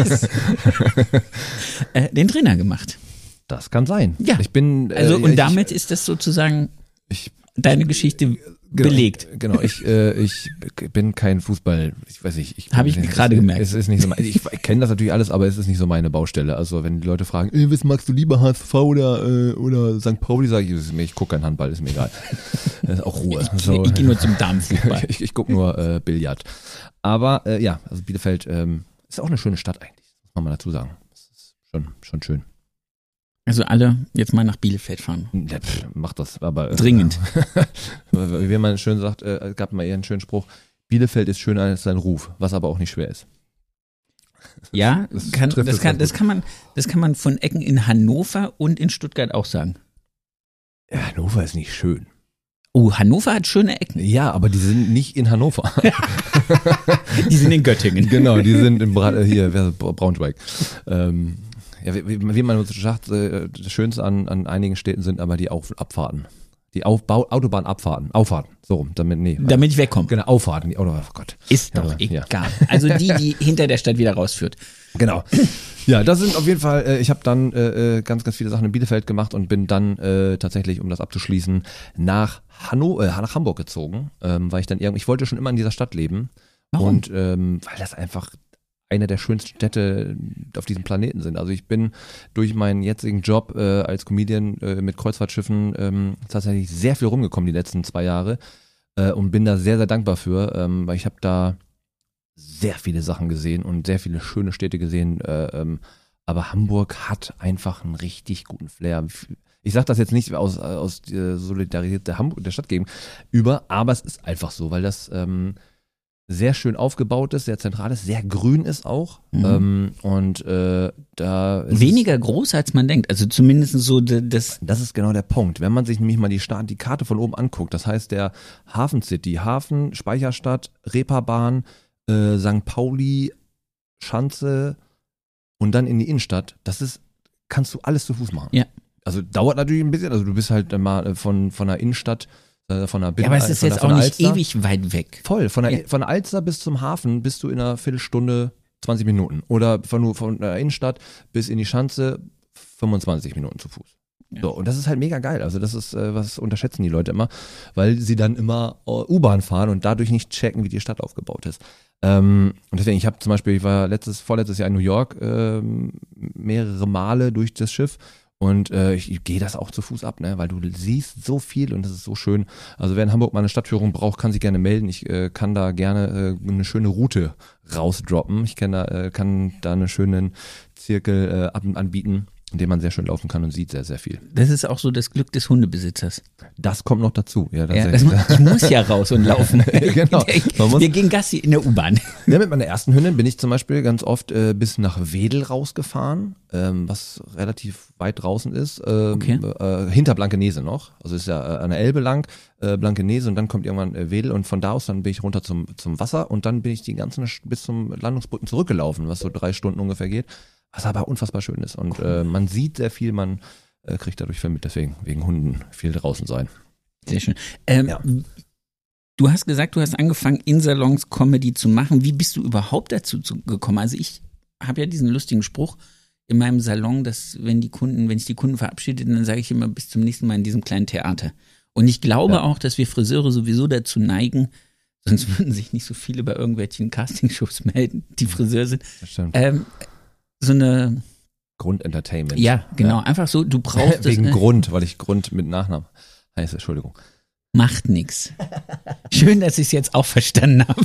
S2: den Trainer gemacht.
S1: Das kann sein.
S2: Ja.
S1: Ich bin,
S2: Also und damit ist das sozusagen deine Geschichte belegt.
S1: Genau, ich bin kein Fußball, ich weiß nicht.
S2: Habe ich mir gerade gemerkt.
S1: Es ist nicht so ich kenne das natürlich alles, aber es ist nicht so meine Baustelle. Also wenn die Leute fragen, was magst du lieber, HSV oder St. Pauli, sage ich gucke kein Handball, ist mir egal. Das ist auch Ruhe.
S2: Ich gehe nur zum Damenfußball.
S1: Ich gucke nur Billard. Aber also Bielefeld ist auch eine schöne Stadt eigentlich, muss man mal dazu sagen. Das ist schon schön.
S2: Also alle jetzt mal nach Bielefeld fahren.
S1: Ja, mach das, aber
S2: Dringend.
S1: Wie man schön sagt, gab mal eher einen schönen Spruch, Bielefeld ist schöner als sein Ruf, was aber auch nicht schwer ist.
S2: Ja,
S1: Das
S2: kann man von Ecken in Hannover und in Stuttgart auch sagen.
S1: Ja, Hannover ist nicht schön.
S2: Oh, Hannover hat schöne Ecken.
S1: Ja, aber die sind nicht in Hannover.
S2: Die sind in Göttingen.
S1: Genau, die sind in Braunschweig. Wie man so sagt, das Schönste an einigen Städten sind aber die Abfahrten. Die Autobahnabfahrten, Auffahrten, so rum,
S2: Damit ich wegkomme.
S1: Genau, Auffahrten, oh Gott.
S2: Ist doch egal. Also die hinter der Stadt wieder rausführt.
S1: Genau. Ja, das sind auf jeden Fall, ich habe dann ganz viele Sachen in Bielefeld gemacht und bin dann tatsächlich, um das abzuschließen, nach Hamburg gezogen, weil ich wollte schon immer in dieser Stadt leben.
S2: Warum?
S1: Und weil das einfach eine der schönsten Städte auf diesem Planeten sind. Also ich bin durch meinen jetzigen Job als Comedian mit Kreuzfahrtschiffen tatsächlich sehr viel rumgekommen die letzten 2 Jahre und bin da sehr, sehr dankbar für, weil ich habe da sehr viele Sachen gesehen und sehr viele schöne Städte gesehen, aber Hamburg hat einfach einen richtig guten Flair. Ich sage das jetzt nicht aus Solidarität der Stadtgegend aber es ist einfach so, weil das sehr schön aufgebaut ist, sehr zentral ist, sehr grün ist auch. Und da ist
S2: weniger groß, als man denkt. Also zumindest so das
S1: ist genau der Punkt. Wenn man sich nämlich mal die Karte von oben anguckt, das heißt der Hafen City, Hafen, Speicherstadt, Reeperbahn, St. Pauli, Schanze und dann in die Innenstadt, kannst du alles zu Fuß machen.
S2: Ja.
S1: Also dauert natürlich ein bisschen, also du bist halt mal von der Innenstadt von der
S2: aber es ist jetzt auch nicht ewig weit weg.
S1: Voll, von der Alster bis zum Hafen bist du in einer Viertelstunde 20 Minuten. Oder von der Innenstadt bis in die Schanze 25 Minuten zu Fuß. Ja. So, und das ist halt mega geil. Also das ist, was unterschätzen die Leute immer, weil sie dann immer U-Bahn fahren und dadurch nicht checken, wie die Stadt aufgebaut ist. Und deswegen, ich war vorletztes Jahr in New York mehrere Male durch das Schiff. Und ich gehe das auch zu Fuß ab, ne, weil du siehst so viel und das ist so schön. Also wer in Hamburg mal eine Stadtführung braucht, kann sich gerne melden. Ich kann da gerne eine schöne Route rausdroppen. Ich kann da einen schönen Zirkel anbieten, in dem man sehr schön laufen kann und sieht sehr, sehr viel.
S2: Das ist auch so das Glück des Hundebesitzers.
S1: Das kommt noch dazu. Ja,
S2: ich muss ja raus und laufen.
S1: Genau.
S2: Wir gehen Gassi in der U-Bahn.
S1: Ja, mit meiner ersten Hündin bin ich zum Beispiel ganz oft bis nach Wedel rausgefahren, was relativ weit draußen ist, hinter Blankenese noch. Also ist ja an der Elbe lang, Blankenese und dann kommt irgendwann Wedel und von da aus dann bin ich runter zum Wasser und dann bin ich die ganzen bis zum Landungsbrücken zurückgelaufen, was so 3 Stunden ungefähr geht. Was aber unfassbar schön ist. Und man sieht sehr viel, man kriegt dadurch viel mit, deswegen wegen Hunden viel draußen sein.
S2: Sehr schön. Du hast gesagt, du hast angefangen, in Salons Comedy zu machen. Wie bist du überhaupt dazu gekommen? Also ich habe ja diesen lustigen Spruch in meinem Salon, dass wenn ich die Kunden verabschiede, dann sage ich immer bis zum nächsten Mal in diesem kleinen Theater. Und ich glaube auch, dass wir Friseure sowieso dazu neigen, sonst würden sich nicht so viele bei irgendwelchen Castingshows melden, die Friseur sind.
S1: Das stimmt.
S2: So eine
S1: Grundentertainment.
S2: Ja, genau. Ja. Einfach so, du brauchst
S1: wegen Grund, weil ich Grund mit Nachnamen heiße, Entschuldigung.
S2: Macht nix. Schön, dass ich es jetzt auch verstanden habe.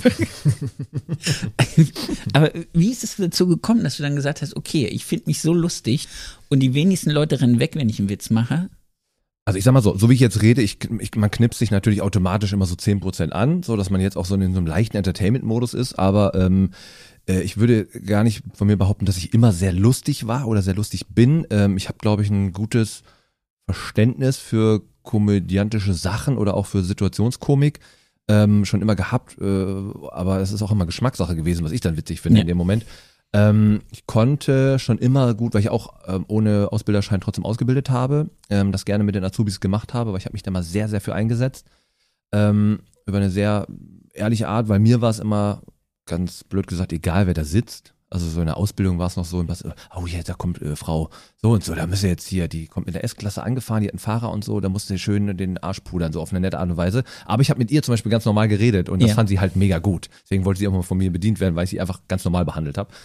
S2: Aber wie ist es dazu gekommen, dass du dann gesagt hast, okay, ich finde mich so lustig und die wenigsten Leute rennen weg, wenn ich einen Witz mache?
S1: Also ich sag mal so wie ich jetzt rede, man knipst sich natürlich automatisch immer so 10% an, so dass man jetzt auch so in so einem leichten Entertainment-Modus ist, aber ich würde gar nicht von mir behaupten, dass ich immer sehr lustig war oder sehr lustig bin. Ich habe, glaube ich, ein gutes Verständnis für komödiantische Sachen oder auch für Situationskomik schon immer gehabt, aber es ist auch immer Geschmackssache gewesen, was ich dann witzig finde in dem Moment. Ich konnte schon immer gut, weil ich auch ohne Ausbilderschein trotzdem ausgebildet habe, das gerne mit den Azubis gemacht habe, weil ich habe mich da mal sehr, sehr für eingesetzt, über eine sehr ehrliche Art, weil mir war es immer ganz blöd gesagt, egal wer da sitzt. Also so in der Ausbildung war es noch so, oh ja, da kommt Frau so und so, da müsst ihr jetzt hier, die kommt mit der S-Klasse angefahren, die hat einen Fahrer und so, da musste ihr schön den Arsch pudern, so auf eine nette Art und Weise. Aber ich habe mit ihr zum Beispiel ganz normal geredet und das fand sie halt mega gut. Deswegen wollte sie auch mal von mir bedient werden, weil ich sie einfach ganz normal behandelt habe.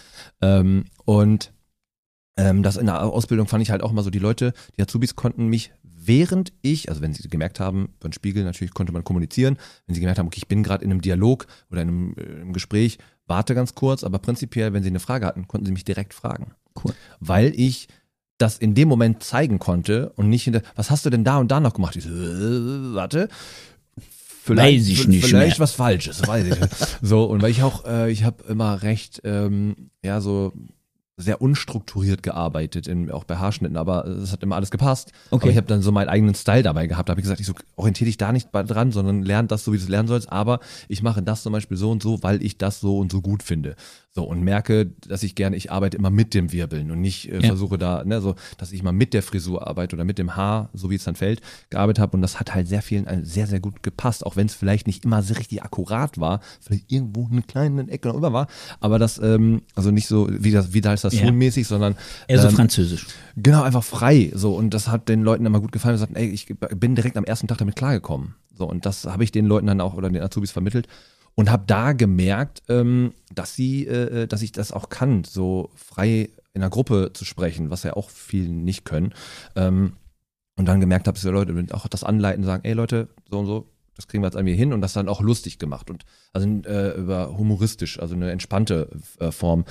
S1: Das in der Ausbildung fand ich halt auch immer so, die Leute, die Azubis konnten mich, während ich, also wenn sie gemerkt haben, beim Spiegel natürlich konnte man kommunizieren, wenn sie gemerkt haben, okay, ich bin gerade in einem Dialog oder in einem Gespräch, warte ganz kurz, aber prinzipiell, wenn sie eine Frage hatten, konnten sie mich direkt fragen.
S2: Cool.
S1: Weil ich das in dem Moment zeigen konnte und nicht was hast du denn da und da noch gemacht? Ich so, warte. Vielleicht was Falsches, weiß ich. So, und weil ich auch, ich habe immer recht, so sehr unstrukturiert gearbeitet, auch bei Haarschnitten, aber es hat immer alles gepasst.
S2: Okay.
S1: Aber ich habe dann so meinen eigenen Style dabei gehabt. Da habe ich gesagt, orientiere dich da nicht dran, sondern lern das so, wie du es lernen sollst, aber ich mache das zum Beispiel so und so, weil ich das so und so gut finde. So, und merke, dass ich arbeite immer mit dem Wirbeln und nicht versuche da, dass ich mal mit der Frisur arbeite oder mit dem Haar, so wie es dann fällt, gearbeitet habe. Und das hat halt sehr vielen sehr, sehr gut gepasst, auch wenn es vielleicht nicht immer so richtig akkurat war, vielleicht irgendwo eine kleine Ecke noch über war, aber das, also nicht so, wie da ist das schulmäßig, sondern
S2: eher so französisch.
S1: Genau, einfach frei. So, und das hat den Leuten immer gut gefallen. Wir sagten, ich bin direkt am ersten Tag damit klargekommen. So, und das habe ich den Leuten dann auch oder den Azubis vermittelt. Und habe da gemerkt, dass ich das auch kann, so frei in einer Gruppe zu sprechen, was ja auch viele nicht können. Und dann gemerkt habe, dass die Leute auch das anleiten, sagen, ey Leute, so und so, das kriegen wir jetzt irgendwie hin und das dann auch lustig gemacht. Und also über humoristisch, also eine entspannte Form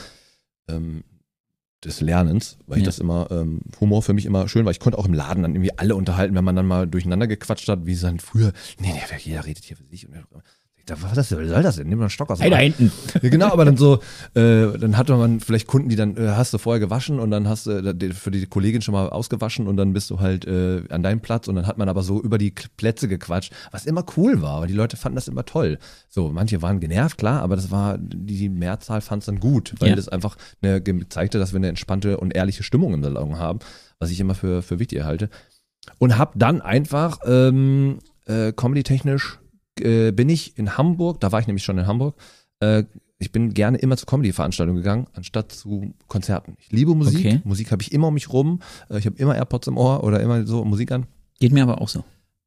S1: des Lernens, weil ich das immer, Humor für mich immer schön war. Ich konnte auch im Laden dann irgendwie alle unterhalten, wenn man dann mal durcheinander gequatscht hat, wie es dann früher, jeder redet hier für sich und was soll das denn? Nimm mal einen Stock aus.
S2: Hey, da hinten.
S1: Ja, genau, aber dann so, dann hatte man vielleicht Kunden, die dann hast du vorher gewaschen und dann hast du für die Kollegin schon mal ausgewaschen und dann bist du halt an deinem Platz und dann hat man aber so über die Plätze gequatscht, was immer cool war, weil die Leute fanden das immer toll. So, manche waren genervt, klar, aber das war, die Mehrzahl fand es dann gut, weil das einfach zeigte, dass wir eine entspannte und ehrliche Stimmung im Salon haben, was ich immer für wichtig halte. Und hab dann einfach comedy-technisch bin ich in Hamburg, da war ich nämlich schon in Hamburg, ich bin gerne immer zu Comedy-Veranstaltungen gegangen, anstatt zu Konzerten. Ich liebe Musik, Musik habe ich immer um mich rum, ich habe immer AirPods im Ohr oder immer so Musik an.
S2: Geht mir aber auch so.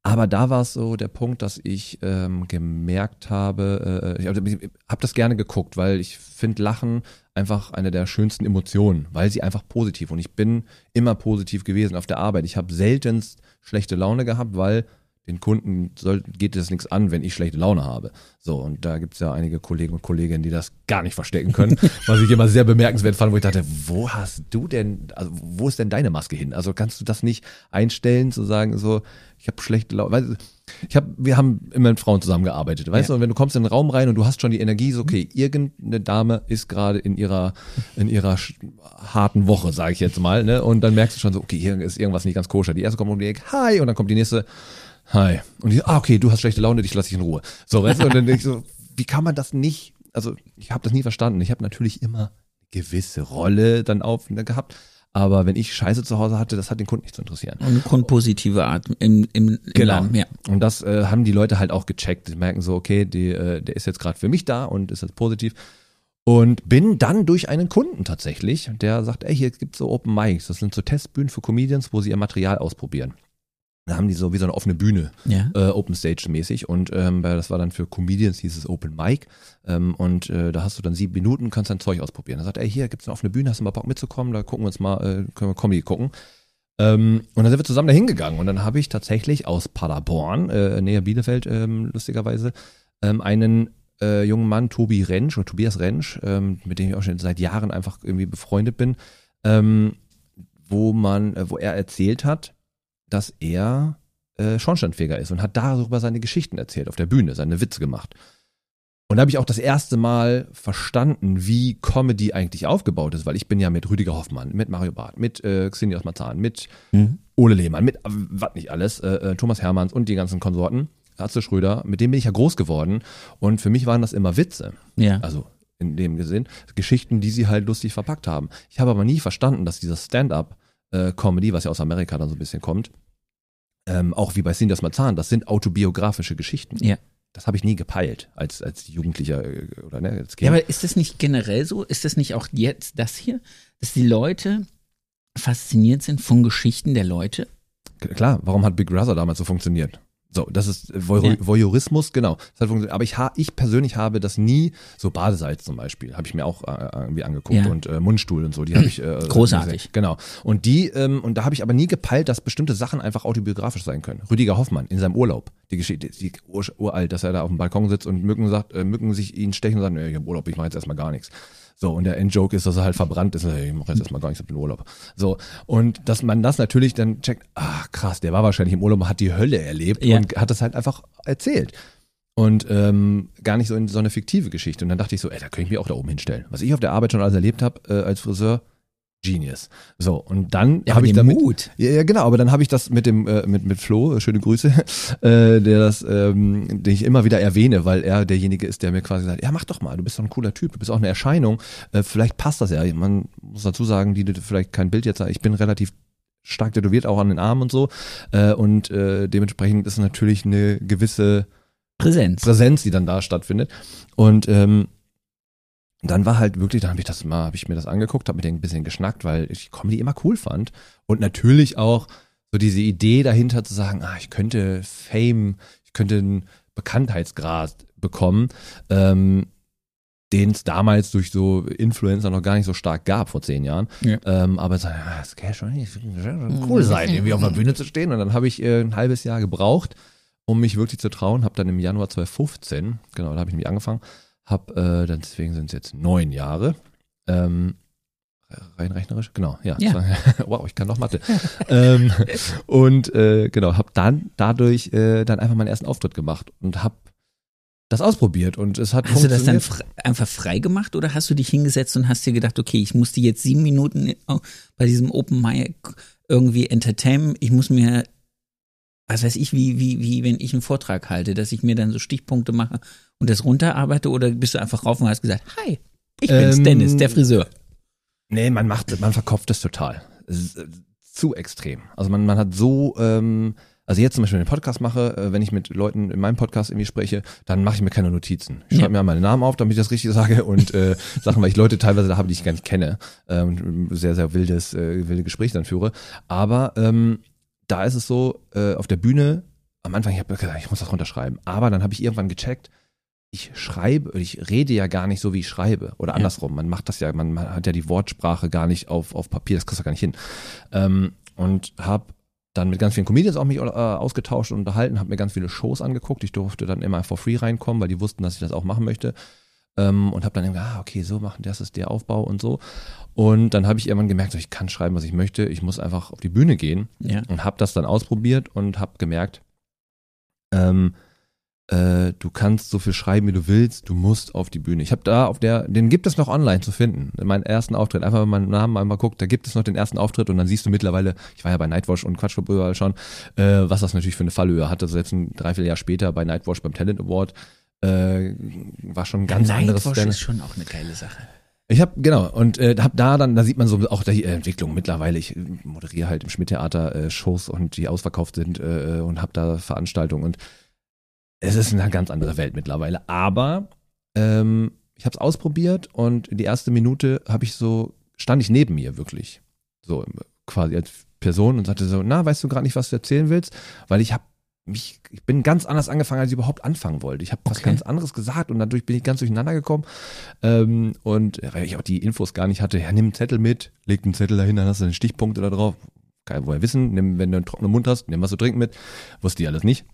S1: Aber da war es so der Punkt, dass ich gemerkt habe, ich habe das gerne geguckt, weil ich finde Lachen einfach eine der schönsten Emotionen, weil sie einfach positiv, und ich bin immer positiv gewesen auf der Arbeit. Ich habe seltenst schlechte Laune gehabt, weil den Kunden geht es nichts an, wenn ich schlechte Laune habe. So, und da gibt es ja einige Kollegen und Kolleginnen, die das gar nicht verstecken können, was ich immer sehr bemerkenswert fand, wo ich dachte, wo ist denn deine Maske hin? Also kannst du das nicht einstellen, zu sagen, so, ich habe schlechte Laune, weißt du, wir haben immer mit Frauen zusammengearbeitet, weißt du, und wenn du kommst in den Raum rein und du hast schon die Energie, so, okay, irgendeine Dame ist gerade in ihrer harten Woche, sage ich jetzt mal, ne, und dann merkst du schon so, okay, hier ist irgendwas nicht ganz koscher. Die erste kommt um die Ecke, hi, und dann kommt die nächste, hi. Und die, okay, du hast schlechte Laune, dich lasse ich in Ruhe. So, weißt du, und dann denke ich so, wie kann man das nicht, also ich habe das nie verstanden. Ich habe natürlich immer eine gewisse Rolle dann gehabt, aber wenn ich Scheiße zu Hause hatte, das hat den Kunden nicht zu interessieren.
S2: Und eine grundpositive Art im Laden, ja.
S1: Und das haben die Leute halt auch gecheckt. Die merken so, okay, der ist jetzt gerade für mich da und ist jetzt positiv. Und bin dann durch einen Kunden tatsächlich, der sagt, ey, hier gibt's so Open Mics. Das sind so Testbühnen für Comedians, wo sie ihr Material ausprobieren. Da haben die so wie so eine offene Bühne,
S2: ja.
S1: Open Stage mäßig, und das war dann für Comedians, hieß es Open Mic, und da hast du dann 7 Minuten, kannst dein Zeug ausprobieren. Da sagt, ey, hier gibt's eine offene Bühne, hast du mal Bock mitzukommen, da gucken wir uns mal, können wir Comedy gucken. Und dann sind wir zusammen da hingegangen, und dann habe ich tatsächlich aus Paderborn, näher Bielefeld, lustigerweise, einen jungen Mann, Tobias Rentsch, mit dem ich auch schon seit Jahren einfach irgendwie befreundet bin, wo er erzählt hat, dass er Schornsteinfeger ist, und hat darüber seine Geschichten erzählt, auf der Bühne, seine Witze gemacht. Und da habe ich auch das erste Mal verstanden, wie Comedy eigentlich aufgebaut ist, weil ich bin ja mit Rüdiger Hoffmann, mit Mario Barth, mit Xenia aus Marzahn, mit Ole Lehmann, mit was nicht alles, Thomas Hermanns und die ganzen Konsorten, Atze Schröder, mit dem bin ich ja groß geworden, und für mich waren das immer Witze.
S2: Ja.
S1: Also in dem Sinn, Geschichten, die sie halt lustig verpackt haben. Ich habe aber nie verstanden, dass dieser Stand-up Comedy, was ja aus Amerika dann so ein bisschen kommt, auch wie bei Xenia aus Marzahn, das sind autobiografische Geschichten.
S2: Ja.
S1: Das habe ich nie gepeilt als Jugendlicher oder als Kind.
S2: Ja, aber ist das nicht generell so? Ist das nicht auch jetzt das hier, dass die Leute fasziniert sind von Geschichten der Leute?
S1: Klar, warum hat Big Brother damals so funktioniert? So, das ist Voyeurismus, genau. Das hat funktioniert. Aber ich persönlich habe das nie, so Badesalz zum Beispiel, habe ich mir auch irgendwie angeguckt,
S2: ja.
S1: und Mundstuhl und so, die habe ich
S2: großartig.
S1: Gesehen. Genau. Und und da habe ich aber nie gepeilt, dass bestimmte Sachen einfach autobiografisch sein können. Rüdiger Hoffmann in seinem Urlaub, die Geschichte, die uralt, dass er da auf dem Balkon sitzt und Mücken sich ihn stechen und sagen, ich habe Urlaub, ich mache jetzt erstmal gar nichts. So, und der Endjoke ist, dass er halt verbrannt ist. Ich mache jetzt erstmal gar nichts, ich bin im Urlaub. So, und dass man das natürlich dann checkt, krass, der war wahrscheinlich im Urlaub, hat die Hölle erlebt, ja. Und hat das halt einfach erzählt. Und gar nicht so in so eine fiktive Geschichte. Und dann dachte ich so, da könnte ich mich auch da oben hinstellen. Was ich auf der Arbeit schon alles erlebt habe als Friseur, Genius. So, und dann habe ich damit
S2: Mut.
S1: Ja, genau, aber dann habe ich das mit dem mit Flo, schöne Grüße, den ich immer wieder erwähne, weil er derjenige ist, der mir quasi sagt, ja, mach doch mal, du bist doch ein cooler Typ, du bist auch eine Erscheinung, vielleicht passt das ja. Man muss dazu sagen, die vielleicht kein Bild jetzt, ich bin relativ stark tätowiert, auch an den Armen und so, und dementsprechend ist natürlich eine gewisse Präsenz, die dann da stattfindet. Und dann war halt wirklich, dann habe ich mir das angeguckt, habe mir den ein bisschen geschnackt, weil ich Comedy immer cool fand. Und natürlich auch so diese Idee dahinter zu sagen, ich könnte Fame, ich könnte einen Bekanntheitsgrad bekommen, den es damals durch so Influencer noch gar nicht so stark gab vor 10 Jahren. Ja. Aber das kann schon cool sein, irgendwie auf der Bühne zu stehen. Und dann habe ich ein halbes Jahr gebraucht, um mich wirklich zu trauen. Habe dann im Januar 2015, genau, da habe ich mich angefangen, dann deswegen sind es jetzt 9 Jahre. Rein rechnerisch? Genau, ja. Wow, ich kann noch Mathe. Und genau, habe dann dadurch dann einfach meinen ersten Auftritt gemacht und habe das ausprobiert und es hat funktioniert.
S2: Hast du das dann einfach frei gemacht oder hast du dich hingesetzt und hast dir gedacht, okay, ich muss die jetzt 7 Minuten bei diesem Open Mic irgendwie entertainen, ich muss mir, was weiß ich, wie wenn ich einen Vortrag halte, dass ich mir dann so Stichpunkte mache und das runterarbeite, oder bist du einfach rauf und hast gesagt, hi, ich bin's, Dennis, der Friseur?
S1: Nee, man verkopft es total. Es ist zu extrem. Also man hat so, also jetzt zum Beispiel, wenn ich einen Podcast mache, wenn ich mit Leuten in meinem Podcast irgendwie spreche, dann mache ich mir keine Notizen. Ich schreibe mir meine Namen auf, damit ich das richtig sage, und Sachen, weil ich Leute teilweise da habe, die ich gar nicht kenne, sehr, sehr wilde Gespräche dann führe. Aber da ist es so, auf der Bühne am Anfang, ich habe gesagt, ich muss das runterschreiben. Aber dann habe ich irgendwann gecheckt, ich rede ja gar nicht so, wie ich schreibe. Oder andersrum, man macht das ja, man hat ja die Wortsprache gar nicht auf Papier, das kriegst du gar nicht hin. Und habe dann mit ganz vielen Comedians auch mich ausgetauscht und unterhalten, habe mir ganz viele Shows angeguckt. Ich durfte dann immer for free reinkommen, weil die wussten, dass ich das auch machen möchte. Und habe dann gesagt, okay, so machen, das ist der Aufbau und so. Und dann habe ich irgendwann gemerkt, ich kann schreiben, was ich möchte. Ich muss einfach auf die Bühne gehen und habe das dann ausprobiert und habe gemerkt, du kannst so viel schreiben, wie du willst, du musst auf die Bühne. Ich habe da den gibt es noch online zu finden, meinen ersten Auftritt. Einfach, wenn man meinen Namen einmal guckt, da gibt es noch den ersten Auftritt und dann siehst du mittlerweile, ich war ja bei Nightwash und Quatschclub überall schon, was das natürlich für eine Fallhöhe hatte. Also jetzt ein 3-4 Jahre später bei Nightwash beim Talent Award, war schon ein ganz anderes.
S2: Nightwash ist schon auch eine geile Sache.
S1: Ich habe, genau, und da sieht man so auch die Entwicklung mittlerweile. Ich moderiere halt im Schmidt-Theater Shows und die ausverkauft sind und habe da Veranstaltungen und es ist eine ganz andere Welt mittlerweile. Aber ich habe es ausprobiert und die erste Minute stand ich neben mir wirklich, so quasi als Person und sagte so, weißt du gerade nicht, was du erzählen willst? Weil ich bin ganz anders angefangen, als ich überhaupt anfangen wollte. Ich habe was ganz anderes gesagt und dadurch bin ich ganz durcheinander gekommen. Und weil ich auch die Infos gar nicht hatte, nimm einen Zettel mit, leg einen Zettel dahin, dann hast du einen Stichpunkt da drauf. Kann ja woher wissen, wenn du einen trockenen Mund hast, nimm was zu trinken mit. Wusste ich alles nicht.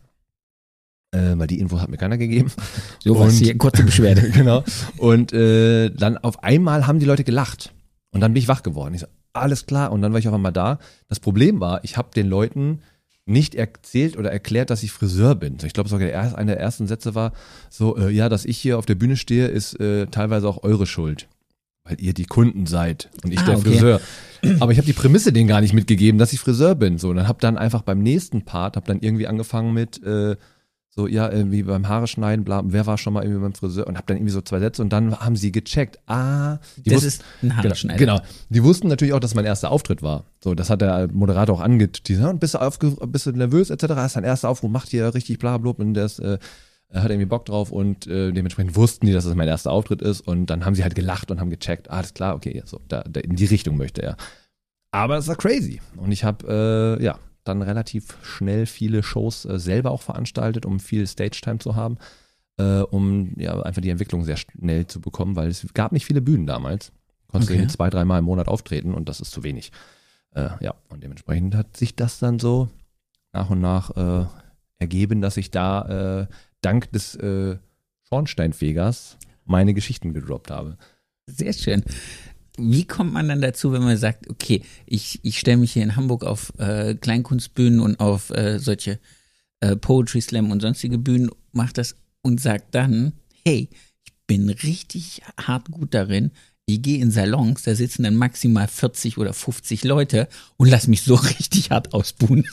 S1: Weil die Infos hat mir keiner gegeben.
S2: So was hier, kurze Beschwerde.
S1: Genau. Und dann auf einmal haben die Leute gelacht. Und dann bin ich wach geworden. Ich so, alles klar. Und dann war ich auf einmal da. Das Problem war, ich habe den Leuten nicht erzählt oder erklärt, dass ich Friseur bin. Ich glaube sogar einer der ersten Sätze war so, dass ich hier auf der Bühne stehe, ist teilweise auch eure Schuld. Weil ihr die Kunden seid und ich der Friseur. Aber ich habe die Prämisse denen gar nicht mitgegeben, dass ich Friseur bin. So, und dann habe dann einfach beim nächsten Part, irgendwie angefangen mit irgendwie beim Haare schneiden, bla, wer war schon mal irgendwie beim Friseur und hab dann irgendwie so 2 Sätze und dann haben sie gecheckt,
S2: das ist ein Haareschneider.
S1: Genau. Die wussten natürlich auch, dass mein erster Auftritt war. So, das hat der Moderator auch angeteasert. Und bist du nervös, etc. Ist dein erster Aufruf, macht hier richtig bla, bla, und der hat irgendwie Bock drauf und dementsprechend wussten die, dass es mein erster Auftritt ist und dann haben sie halt gelacht und haben gecheckt, alles klar, okay, so, da in die Richtung möchte er. Aber das war crazy. Und ich habe, dann relativ schnell viele Shows selber auch veranstaltet, um viel Stage-Time zu haben, um einfach die Entwicklung sehr schnell zu bekommen, weil es gab nicht viele Bühnen damals. Konntest du 2-3 Mal im Monat auftreten und das ist zu wenig. Und dementsprechend hat sich das dann so nach und nach ergeben, dass ich da dank des Schornsteinfegers meine Geschichten gedroppt habe.
S2: Sehr schön. Wie kommt man dann dazu, wenn man sagt, okay, ich stelle mich hier in Hamburg auf Kleinkunstbühnen und auf solche Poetry Slam und sonstige Bühnen, mache das und sage dann, hey, ich bin richtig hart gut darin, ich gehe in Salons, da sitzen dann maximal 40 oder 50 Leute und lass mich so richtig hart ausbuhen.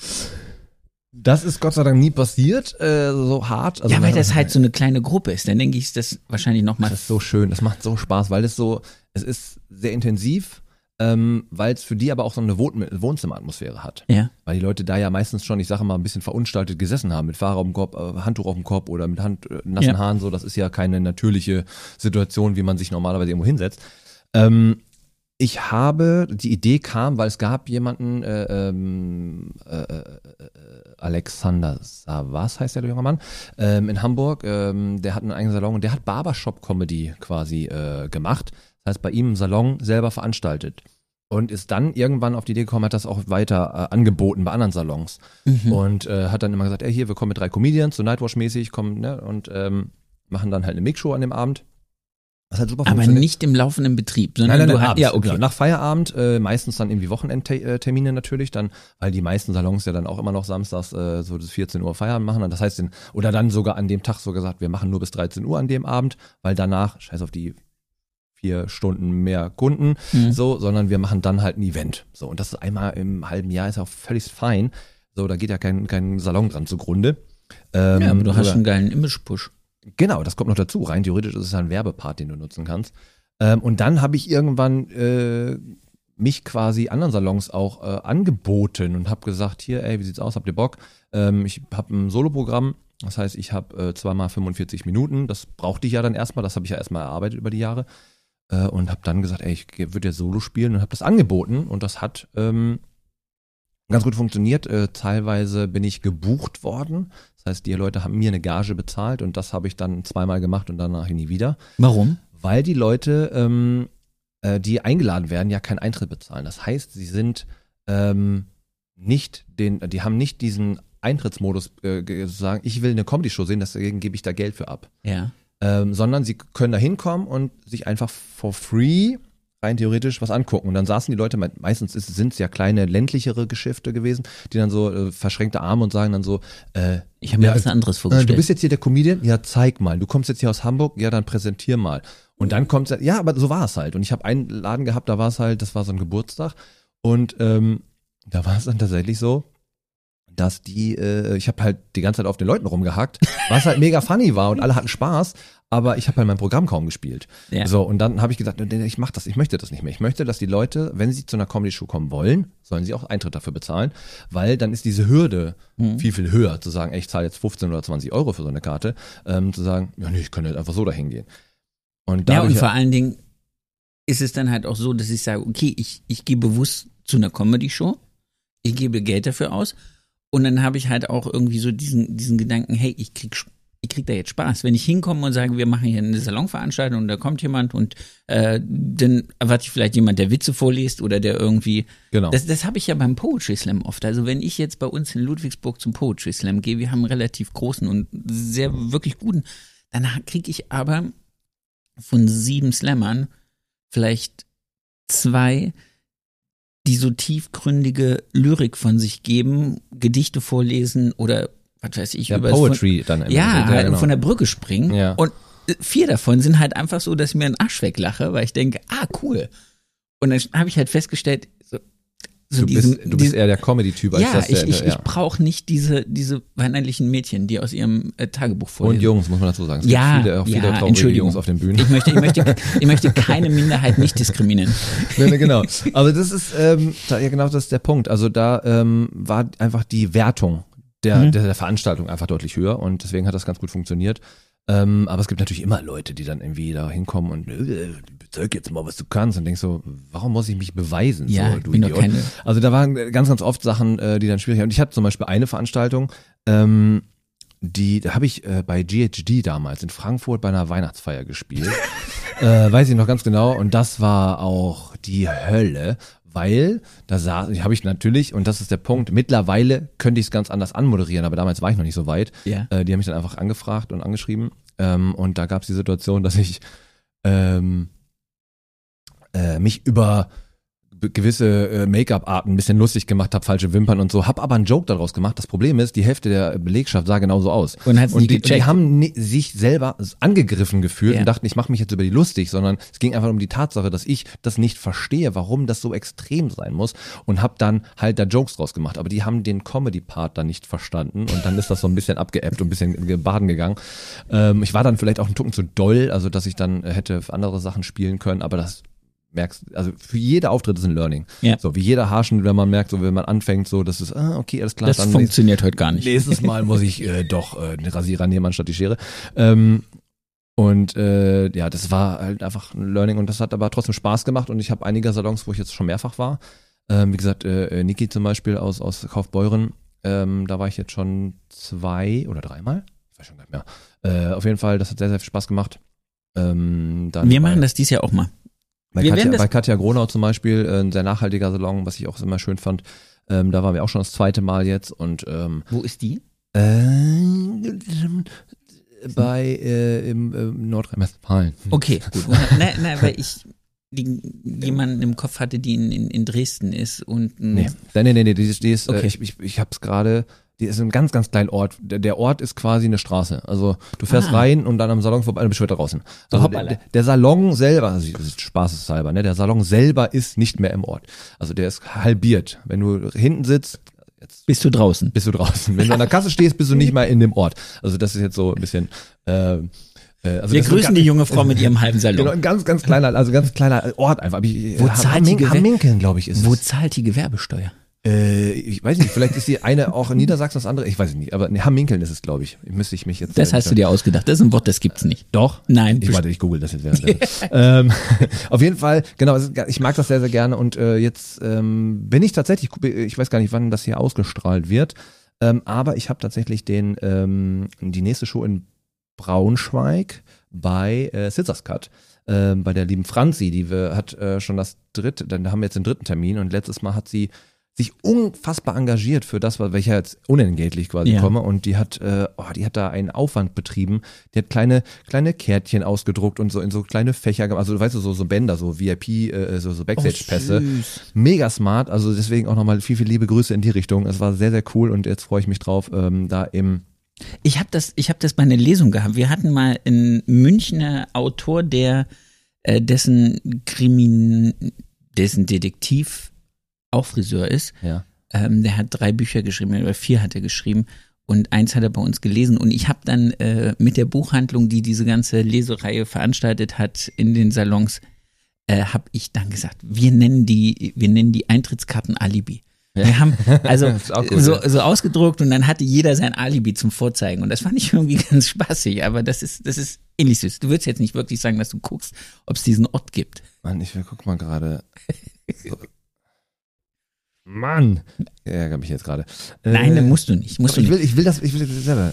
S1: Das ist Gott sei Dank nie passiert, so hart. Also,
S2: weil das halt so eine kleine Gruppe ist, dann denke ich, ist das wahrscheinlich nochmal.
S1: Das ist so schön, das macht so Spaß, weil es ist sehr intensiv, weil es für die aber auch so eine Wohnzimmeratmosphäre hat.
S2: Ja.
S1: Weil die Leute da ja meistens schon, ich sage mal, ein bisschen verunstaltet gesessen haben, mit Fahrer auf dem Kopf, Handtuch auf dem Kopf oder mit nassen Haaren, so, das ist ja keine natürliche Situation, wie man sich normalerweise irgendwo hinsetzt. Die Idee kam, weil es gab jemanden, Alexander Savas heißt der junge Mann, in Hamburg, der hat einen eigenen Salon und der hat Barbershop-Comedy quasi gemacht. Das heißt, bei ihm im Salon selber veranstaltet. Und ist dann irgendwann auf die Idee gekommen, hat das auch weiter angeboten bei anderen Salons. Und hat dann immer gesagt, hier, wir kommen mit 3 Comedians, so Nightwash-mäßig, kommen, und machen dann halt eine Mixshow an dem Abend. Was halt super
S2: aber nicht im laufenden Betrieb, sondern
S1: nein,
S2: du
S1: abends,
S2: ja, okay.
S1: Genau, nach Feierabend, meistens dann irgendwie Wochenendtermine natürlich, dann, weil die meisten Salons ja dann auch immer noch samstags so bis 14 Uhr Feierabend machen. Und das heißt, oder dann sogar an dem Tag so gesagt, wir machen nur bis 13 Uhr an dem Abend, weil danach, scheiß auf die 4 Stunden mehr Kunden, sondern wir machen dann halt ein Event. So, und das ist einmal im halben Jahr, ist auch völlig fein. So, da geht ja kein Salon dran zugrunde.
S2: Aber du hast schon einen geilen Image-Push.
S1: Genau, das kommt noch dazu. Rein theoretisch ist es ein Werbepart, den du nutzen kannst. Und dann habe ich irgendwann mich quasi anderen Salons auch angeboten und habe gesagt, hier, wie sieht's aus, habt ihr Bock? Ich habe ein Soloprogramm, das heißt, ich habe 2x 45 Minuten. Das brauchte ich ja dann erstmal, das habe ich ja erstmal erarbeitet über die Jahre. Und habe dann gesagt, ich würde ja Solo spielen und habe das angeboten und das hat Ganz gut funktioniert. Teilweise bin ich gebucht worden. Das heißt, die Leute haben mir eine Gage bezahlt und das habe ich dann 2-mal gemacht und danach nie wieder.
S2: Warum?
S1: Weil die Leute, die eingeladen werden, ja keinen Eintritt bezahlen. Das heißt, sie sind die haben nicht diesen Eintrittsmodus, sozusagen, ich will eine Comedy-Show sehen, deswegen gebe ich da Geld für ab.
S2: Ja.
S1: Sondern sie können da hinkommen und sich einfach for free rein theoretisch was angucken. Und dann saßen die Leute, meistens sind es ja kleine ländlichere Geschäfte gewesen, die dann so verschränkte Arme und sagen dann so,
S2: ich habe mir was anderes vorgestellt.
S1: Du bist jetzt hier der Comedian? Ja, zeig mal. Du kommst jetzt hier aus Hamburg? Ja, dann präsentier mal. Und dann kommt ja, aber so war es halt. Und ich habe einen Laden gehabt, da war es halt, das war so ein Geburtstag. Und da war es dann tatsächlich so, dass ich habe halt die ganze Zeit auf den Leuten rumgehackt, was halt mega funny war und alle hatten Spaß, aber ich habe halt mein Programm kaum gespielt. Ja. So, und dann habe ich gesagt, ich möchte das nicht mehr. Ich möchte, dass die Leute, wenn sie zu einer Comedy-Show kommen wollen, sollen sie auch Eintritt dafür bezahlen, weil dann ist diese Hürde viel, viel höher, zu sagen, ey, ich zahle jetzt 15 oder 20 Euro für so eine Karte, zu sagen, ja nee, ich kann jetzt einfach so dahin gehen. Und
S2: vor allen Dingen ist es dann halt auch so, dass ich sage, okay, ich gehe bewusst zu einer Comedy-Show, ich gebe Geld dafür aus und dann habe ich halt auch irgendwie so diesen Gedanken, hey, ich krieg da jetzt Spaß. Wenn ich hinkomme und sage, wir machen hier eine Salonveranstaltung und da kommt jemand und dann erwarte ich vielleicht jemand, der Witze vorliest oder der irgendwie,
S1: genau.
S2: Das habe ich ja beim Poetry Slam oft. Also wenn ich jetzt bei uns in Ludwigsburg zum Poetry Slam gehe, wir haben einen relativ großen und sehr wirklich guten, dann kriege ich aber von 7 Slammern vielleicht 2, die so tiefgründige Lyrik von sich geben, Gedichte vorlesen oder was weiß ich.
S1: Ja, Poetry dann.
S2: Genau. Von der Brücke springen.
S1: Ja.
S2: Und 4 davon sind halt einfach so, dass ich mir einen Arsch weglache, weil ich denke, cool. Und dann habe ich halt festgestellt,
S1: du bist eher der Comedy-Typ als das.
S2: Ich brauche nicht diese weinerlichen Mädchen, die aus ihrem Tagebuch vorlesen.
S1: Und Jungs, muss man dazu sagen. Es
S2: gibt
S1: viele traurige Jungs auf den Bühnen.
S2: Ich möchte keine Minderheit nicht diskriminieren.
S1: Nee, genau. Also das ist, das ist der Punkt. Also da war einfach die Wertung der Veranstaltung einfach deutlich höher und deswegen hat das ganz gut funktioniert. Aber es gibt natürlich immer Leute, die dann irgendwie da hinkommen und zeig jetzt mal, was du kannst und denkst so, warum muss ich mich beweisen?
S2: Ja,
S1: so, du
S2: bin
S1: Idiot.
S2: doch keine.
S1: Also da waren ganz, ganz oft Sachen, die dann schwierig waren. Und ich hatte zum Beispiel eine Veranstaltung, da habe ich bei GHD damals in Frankfurt bei einer Weihnachtsfeier gespielt. Weiß ich noch ganz genau. Und das war auch die Hölle. Weil, habe ich natürlich, und das ist der Punkt, mittlerweile könnte ich es ganz anders anmoderieren, aber damals war ich noch nicht so weit.
S2: Ja.
S1: Die haben mich dann einfach angefragt und angeschrieben. Und da gab es die Situation, dass ich mich über gewisse Make-up-Arten ein bisschen lustig gemacht habe, falsche Wimpern und so, habe aber einen Joke daraus gemacht. Das Problem ist, die Hälfte der Belegschaft sah genauso aus.
S2: Und
S1: die haben sich selber angegriffen gefühlt und dachten, ich mache mich jetzt über die lustig, sondern es ging einfach um die Tatsache, dass ich das nicht verstehe, warum das so extrem sein muss und habe dann halt da Jokes draus gemacht. Aber die haben den Comedy-Part dann nicht verstanden und dann ist das so ein bisschen abgeebbt und ein bisschen baden gegangen. Ich war dann vielleicht auch einen Tucken zu doll, also dass ich dann hätte andere Sachen spielen können, aber das merkst, also für jeder Auftritt ist ein Learning.
S2: Ja.
S1: So wie jeder Haarschnitt, wenn man merkt, so wenn man anfängt, so das ist, okay, alles klar.
S2: Das
S1: dann
S2: funktioniert heute gar nicht.
S1: Nächstes Mal muss ich doch einen Rasierer nehmen anstatt die Schere. Das war halt einfach ein Learning und das hat aber trotzdem Spaß gemacht und ich habe einige Salons, wo ich jetzt schon mehrfach war. Wie gesagt, Niki zum Beispiel aus Kaufbeuren, da war ich jetzt schon 2 oder 3 Mal. Ich weiß schon gar nicht mehr. Auf jeden Fall, das hat sehr, sehr viel Spaß gemacht.
S2: Wir machen das dieses Jahr auch mal.
S1: Bei Katja Gronau zum Beispiel, ein sehr nachhaltiger Salon, was ich auch immer schön fand. Da waren wir auch schon das 2. Mal jetzt. Und
S2: wo ist die?
S1: Im Nordrhein-Westfalen.
S2: Okay, gut. Weil ich jemanden im Kopf hatte, die in Dresden ist und
S1: Nee, die ist okay. Ich hab's gerade. Die ist in einem ganz, ganz kleinen Ort. Der Ort ist quasi eine Straße. Also du fährst rein und dann am Salon vorbei und bist wieder draußen. Also der Salon selber, also das ist spaßeshalber, ne? Der Salon selber ist nicht mehr im Ort. Also der ist halbiert. Wenn du hinten sitzt,
S2: bist du draußen.
S1: Wenn du an der Kasse stehst, bist du nicht mal in dem Ort. Also das ist jetzt so ein bisschen
S2: wir grüßen die junge Frau mit ihrem halben Salon.
S1: Genau, ein ganz, ganz kleiner Ort einfach.
S2: Wo zahlt die
S1: Hamminkeln, glaube ich, ist
S2: Wo zahlt die Gewerbesteuer?
S1: Ich weiß nicht, vielleicht ist die eine auch in Niedersachsen, das andere, ich weiß es nicht, aber Hamminkeln ist es, glaube ich. Müsste ich mich jetzt.
S2: Das hast du dir ausgedacht. Das ist ein Wort, das gibt's nicht.
S1: Doch?
S2: Nein.
S1: Ich google das jetzt während. Auf jeden Fall, genau, ich mag das sehr, sehr gerne und jetzt bin ich tatsächlich, ich weiß gar nicht, wann das hier ausgestrahlt wird, aber ich habe tatsächlich die nächste Show in Braunschweig bei Scissors Cut. Bei der lieben Franzi, die hat schon dann haben wir jetzt den 3. Termin und letztes Mal hat sie sich unfassbar engagiert für das, weil ich ja jetzt unentgeltlich quasi komme und die hat da einen Aufwand betrieben. Die hat kleine Kärtchen ausgedruckt und so in so kleine Fächer, also weißt du, so Bänder, so VIP, so Backstage-Pässe. Mega smart, also deswegen auch nochmal viel liebe Grüße in die Richtung. Es war sehr, sehr cool und jetzt freue ich mich drauf, da im
S2: Ich habe das bei einer Lesung gehabt. Wir hatten mal einen Münchner Autor, dessen Detektiv auch Friseur ist.
S1: Ja.
S2: Der hat 3 Bücher geschrieben, oder 4 hat er geschrieben und 1 hat er bei uns gelesen. Und ich habe dann mit der Buchhandlung, die diese ganze Lesereihe veranstaltet hat in den Salons, habe ich dann gesagt, wir nennen die Eintrittskarten Alibi. Wir haben also gut, so ausgedruckt und dann hatte jeder sein Alibi zum Vorzeigen und das fand ich irgendwie ganz spaßig, aber das ist ähnlich süß. Du würdest jetzt nicht wirklich sagen, dass du guckst, ob es diesen Ort gibt.
S1: Mann, guck mal gerade. So. Mann, ich ärgere mich jetzt gerade.
S2: Nein, dann musst du nicht.
S1: Ich will das selber.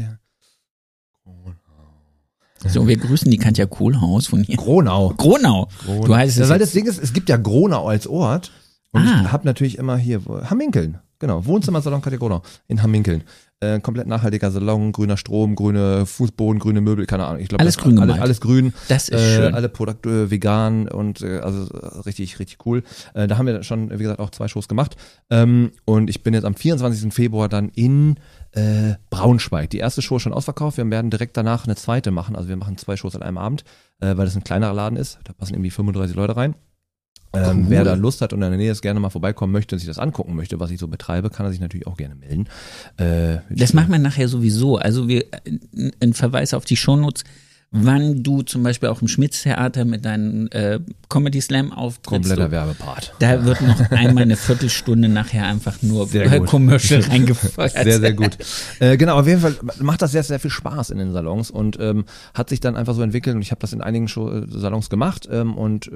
S2: So, wir grüßen die Katja Kohlhaus von hier.
S1: Gronau.
S2: Du heißt es.
S1: Weil das Ding ist, es gibt ja Gronau als Ort. Und ich habe natürlich immer hier Hamminkeln. Genau, Wohnzimmersalon Katja Gronau in Hamminkeln. Komplett nachhaltiger Salon, grüner Strom, grüne Fußboden, grüne Möbel, keine Ahnung. Ich glaube,
S2: alles grün
S1: alles grün.
S2: Das ist schön.
S1: Alle Produkte vegan und also richtig cool. Da haben wir schon, wie gesagt, auch 2 Shows gemacht. Und ich bin jetzt am 24. Februar dann in Braunschweig. Die erste Show ist schon ausverkauft. Wir werden direkt danach eine zweite machen. Also wir machen 2 Shows an einem Abend, weil das ein kleinerer Laden ist. Da passen irgendwie 35 Leute rein. Cool. Wer da Lust hat und in der Nähe ist, gerne mal vorbeikommen möchte und sich das angucken möchte, was ich so betreibe, kann er sich natürlich auch gerne melden.
S2: Das machen wir nachher sowieso. Also ein Verweis auf die Shownotes, wann du zum Beispiel auch im Schmitz-Theater mit deinen Comedy Slam auftrittst.
S1: Kompletter Werbepart.
S2: Da wird noch einmal eine Viertelstunde nachher einfach nur Commercial reingefeuert.
S1: Sehr, sehr gut. Genau, auf jeden Fall macht das sehr, sehr viel Spaß in den Salons und hat sich dann einfach so entwickelt und ich habe das in einigen Salons gemacht und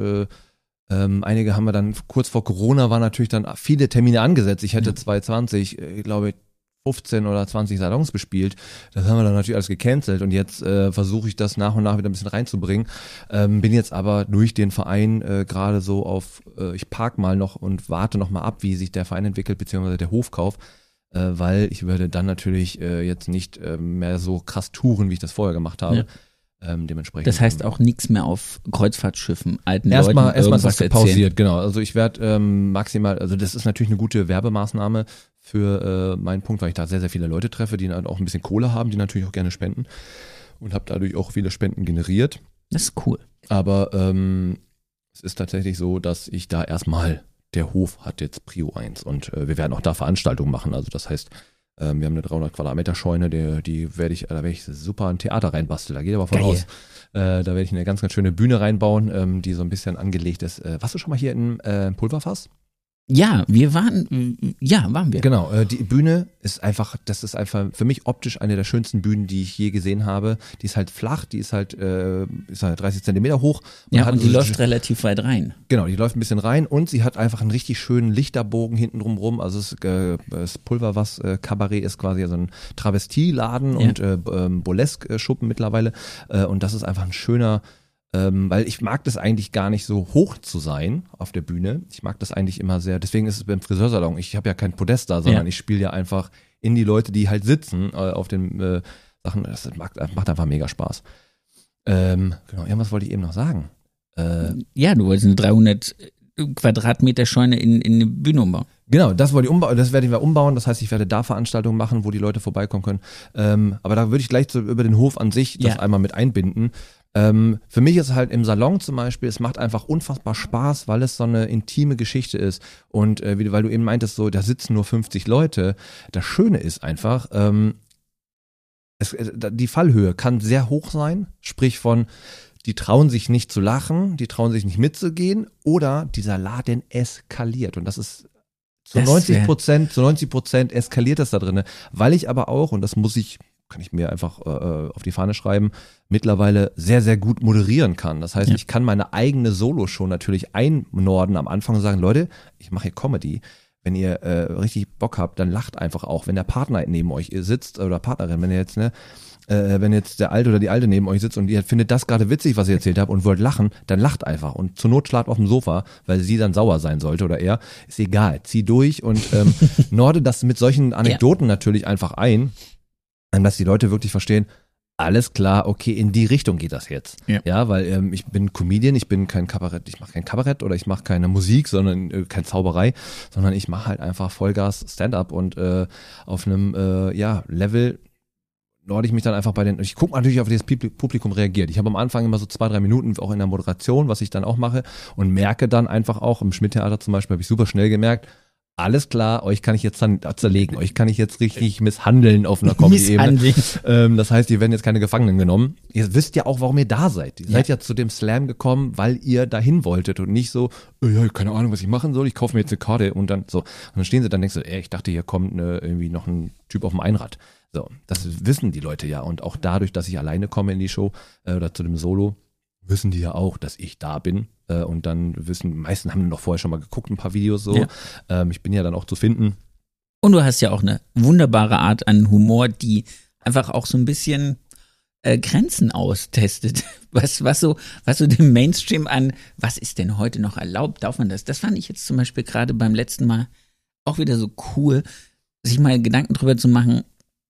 S1: einige haben wir dann, kurz vor Corona waren natürlich dann viele Termine angesetzt. Ich hätte 2020, glaube ich, 15 oder 20 Salons bespielt. Das haben wir dann natürlich alles gecancelt und jetzt versuche ich das nach und nach wieder ein bisschen reinzubringen. Bin jetzt aber durch den Verein gerade so auf, ich park mal noch und warte noch mal ab, wie sich der Verein entwickelt, beziehungsweise der Hofkauf, weil ich würde dann natürlich jetzt nicht mehr so krass touren, wie ich das vorher gemacht habe. Ja. Dementsprechend.
S2: Das heißt auch nichts mehr auf Kreuzfahrtschiffen, alten
S1: Leuten
S2: irgendwas
S1: erzählen. Pausiert, genau. Also ich werde maximal, also das ist natürlich eine gute Werbemaßnahme für meinen Punkt, weil ich da sehr, sehr viele Leute treffe, die dann auch ein bisschen Kohle haben, die natürlich auch gerne spenden und habe dadurch auch viele Spenden generiert.
S2: Das ist cool.
S1: Aber es ist tatsächlich so, dass ich da erstmal, der Hof hat jetzt Prio 1 und wir werden auch da Veranstaltungen machen. Also das heißt, wir haben eine 300 Quadratmeter Scheune, da werde ich super ein Theater reinbasteln, da geht aber von aus. Da werde ich eine ganz, ganz schöne Bühne reinbauen, die so ein bisschen angelegt ist. Warst du schon mal hier in Pulverfass?
S2: Ja, waren wir.
S1: Genau, die Bühne das ist einfach für mich optisch eine der schönsten Bühnen, die ich je gesehen habe. Die ist halt flach, die ist halt 30 Zentimeter hoch.
S2: Und die läuft relativ weit rein.
S1: Genau, die läuft ein bisschen rein und sie hat einfach einen richtig schönen Lichterbogen hinten drumrum. Also das Pulverfass Kabarett ist quasi so ein Travestieladen und Burlesque-Schuppen mittlerweile. Und das ist einfach ein schöner, weil ich mag das eigentlich gar nicht so hoch zu sein auf der Bühne. Ich mag das eigentlich immer sehr, deswegen ist es beim Friseursalon, ich habe ja kein Podest da, sondern ich spiele ja einfach in die Leute, die halt sitzen auf den Sachen. Das macht einfach mega Spaß. Genau, irgendwas wollte ich eben noch sagen.
S2: Du wolltest eine 300 Quadratmeter Scheune in eine Bühne umbauen.
S1: Genau, das wollte ich umbauen, das werde ich umbauen. Das heißt, ich werde da Veranstaltungen machen, wo die Leute vorbeikommen können. Aber da würde ich gleich so über den Hof an sich das einmal mit einbinden. Für mich ist halt im Salon zum Beispiel, es macht einfach unfassbar Spaß, weil es so eine intime Geschichte ist und weil du eben meintest, so da sitzen nur 50 Leute. Das Schöne ist einfach, die Fallhöhe kann sehr hoch sein, sprich von die trauen sich nicht zu lachen, die trauen sich nicht mitzugehen oder dieser Laden eskaliert und das ist Zu 90% eskaliert das da drin, weil ich aber auch, und das kann ich mir einfach auf die Fahne schreiben, mittlerweile sehr, sehr gut moderieren kann. Das heißt, ich kann meine eigene Solo-Show natürlich einnorden am Anfang und sagen, Leute, ich mache hier Comedy. Wenn ihr richtig Bock habt, dann lacht einfach auch. Wenn der Partner neben euch sitzt oder Partnerin, wenn jetzt der Alte oder die Alte neben euch sitzt und ihr findet das gerade witzig, was ich erzählt habe und wollt lachen, dann lacht einfach und zur Not schlaft auf dem Sofa, weil sie dann sauer sein sollte oder er, ist egal, zieh durch und norde das mit solchen Anekdoten natürlich einfach ein, dass die Leute wirklich verstehen, alles klar, okay, in die Richtung geht das jetzt. Ja, weil ich bin Comedian, ich bin kein Kabarett, ich mache kein Kabarett oder ich mache keine Musik, sondern keine Zauberei, sondern ich mache halt einfach Vollgas Stand-up und auf einem Level norde ich mich dann einfach ich gucke natürlich auf das Publikum reagiert. Ich habe am Anfang immer so 2-3 Minuten auch in der Moderation, was ich dann auch mache und merke dann einfach auch, im Schmidt-Theater zum Beispiel habe ich super schnell gemerkt, alles klar, euch kann ich jetzt dann zerlegen, euch kann ich jetzt richtig misshandeln auf einer Comedy-Ebene. Das heißt, ihr werden jetzt keine Gefangenen genommen. Ihr wisst ja auch, warum ihr da seid. Ihr seid ja zu dem Slam gekommen, weil ihr dahin wolltet und nicht so, keine Ahnung, was ich machen soll, ich kaufe mir jetzt eine Karte und dann so. Und dann stehen sie dann denkst du, ich dachte, hier kommt irgendwie noch ein Typ auf dem Einrad. So, das wissen die Leute ja und auch dadurch, dass ich alleine komme in die Show oder zu dem Solo, wissen die ja auch, dass ich da bin und dann die meisten haben noch vorher schon mal geguckt, ein paar Videos so. Ich bin ja dann auch zu finden.
S2: Und du hast ja auch eine wunderbare Art an Humor, die einfach auch so ein bisschen Grenzen austestet, was so dem Mainstream an, was ist denn heute noch erlaubt, darf man das? Das fand ich jetzt zum Beispiel gerade beim letzten Mal auch wieder so cool, sich mal Gedanken drüber zu machen,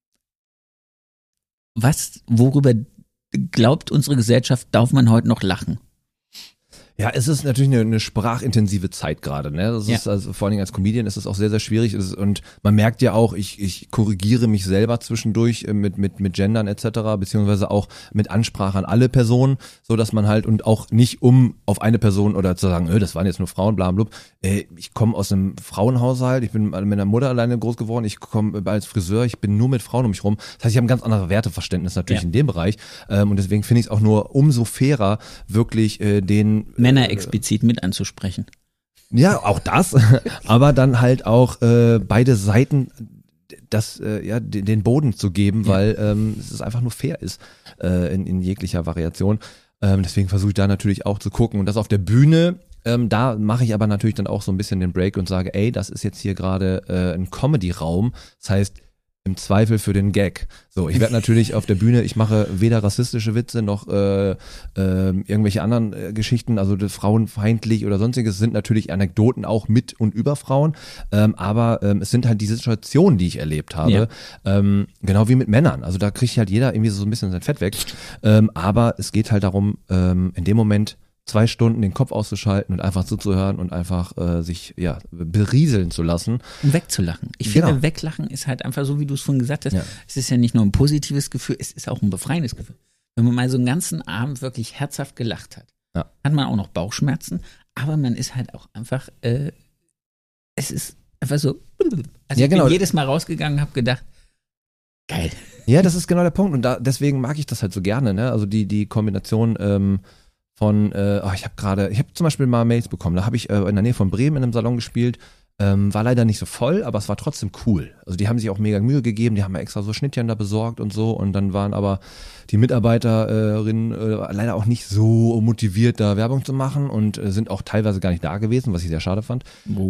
S2: worüber glaubt unsere Gesellschaft, darf man heute noch lachen?
S1: Ja, es ist natürlich eine sprachintensive Zeit gerade, ne? Das ist also vor allen Dingen als Comedian ist es auch sehr, sehr schwierig und man merkt ja auch, ich korrigiere mich selber zwischendurch mit Gendern etc., beziehungsweise auch mit Ansprache an alle Personen, so dass man halt und auch nicht auf eine Person oder zu sagen, das waren jetzt nur Frauen, bla bla, ich komme aus einem Frauenhaushalt, ich bin mit meiner Mutter alleine groß geworden, ich komme als Friseur, ich bin nur mit Frauen um mich rum. Das heißt, ich habe ein ganz anderes Werteverständnis natürlich in dem Bereich und deswegen finde ich es auch nur umso fairer, wirklich den
S2: Männer explizit mit anzusprechen.
S1: Ja, auch das, aber dann halt auch beide Seiten den Boden zu geben, weil es einfach nur fair ist in jeglicher Variation. Deswegen versuche ich da natürlich auch zu gucken und das auf der Bühne. Da mache ich aber natürlich dann auch so ein bisschen den Break und sage, das ist jetzt hier gerade ein Comedy-Raum. Das heißt, im Zweifel für den Gag. So, ich werde natürlich auf der Bühne, ich mache weder rassistische Witze noch irgendwelche anderen Geschichten, also frauenfeindlich oder sonstiges, sind natürlich Anekdoten auch mit und über Frauen, aber es sind halt die Situationen, die ich erlebt habe, genau wie mit Männern. Also da kriegt halt jeder irgendwie so ein bisschen sein Fett weg, aber es geht halt darum, in dem Moment 2 Stunden den Kopf auszuschalten und einfach zuzuhören und einfach sich berieseln zu lassen.
S2: Und wegzulachen. Ich finde, weglachen ist halt einfach so, wie du es vorhin gesagt hast, es ist ja nicht nur ein positives Gefühl, es ist auch ein befreiendes Gefühl. Wenn man mal so einen ganzen Abend wirklich herzhaft gelacht hat, hat man auch noch Bauchschmerzen, aber man ist halt auch einfach, es ist einfach so, also ich bin jedes Mal rausgegangen und habe gedacht, geil.
S1: Ja, das ist genau der Punkt und deswegen mag ich das halt so gerne, ne? Also die Kombination ich habe zum Beispiel mal Mails bekommen, da habe ich in der Nähe von Bremen in einem Salon gespielt, war leider nicht so voll, aber es war trotzdem cool. Also die haben sich auch mega Mühe gegeben, die haben extra so Schnittchen da besorgt und so und dann waren aber die Mitarbeiterinnen leider auch nicht so motiviert, da Werbung zu machen und sind auch teilweise gar nicht da gewesen, was ich sehr schade fand.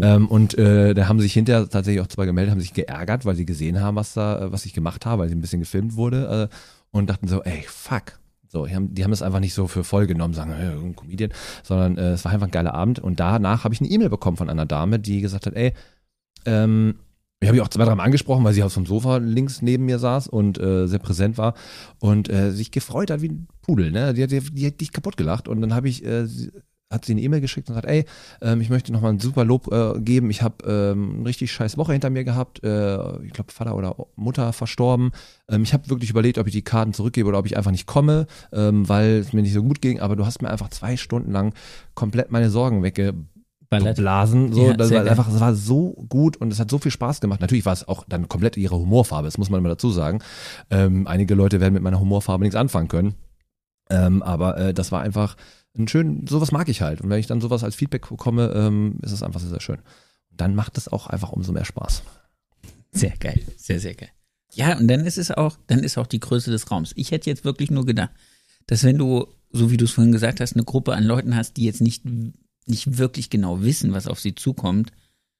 S1: Da haben sich hinterher tatsächlich auch 2 gemeldet, haben sich geärgert, weil sie gesehen haben, was ich gemacht habe, weil sie ein bisschen gefilmt wurde und dachten so, fuck. So, die haben das einfach nicht so für voll genommen, sagen, ein Comedian, sondern es war einfach ein geiler Abend. Und danach habe ich eine E-Mail bekommen von einer Dame, die gesagt hat, ich habe ich auch 2-3 Mal angesprochen, weil sie auf dem Sofa links neben mir saß und sehr präsent war und sich gefreut hat wie ein Pudel, ne? Die hat dich kaputt gelacht und dann hat sie eine E-Mail geschickt und sagt, ich möchte nochmal ein super Lob geben. Ich habe eine richtig scheiß Woche hinter mir gehabt. Ich glaube, Vater oder Mutter verstorben. Ich habe wirklich überlegt, ob ich die Karten zurückgebe oder ob ich einfach nicht komme, weil es mir nicht so gut ging. Aber du hast mir einfach 2 Stunden lang komplett meine Sorgen weggeblasen. So, das war so gut und es hat so viel Spaß gemacht. Natürlich war es auch dann komplett ihre Humorfarbe, das muss man immer dazu sagen. Einige Leute werden mit meiner Humorfarbe nichts anfangen können. Aber das war einfach sowas mag ich halt. Und wenn ich dann sowas als Feedback bekomme, ist es einfach sehr, sehr schön. Dann macht es auch einfach umso mehr Spaß.
S2: Sehr geil, sehr, sehr geil. Ja, und dann ist auch die Größe des Raums. Ich hätte jetzt wirklich nur gedacht, dass wenn du, so wie du es vorhin gesagt hast, eine Gruppe an Leuten hast, die jetzt nicht wirklich genau wissen, was auf sie zukommt.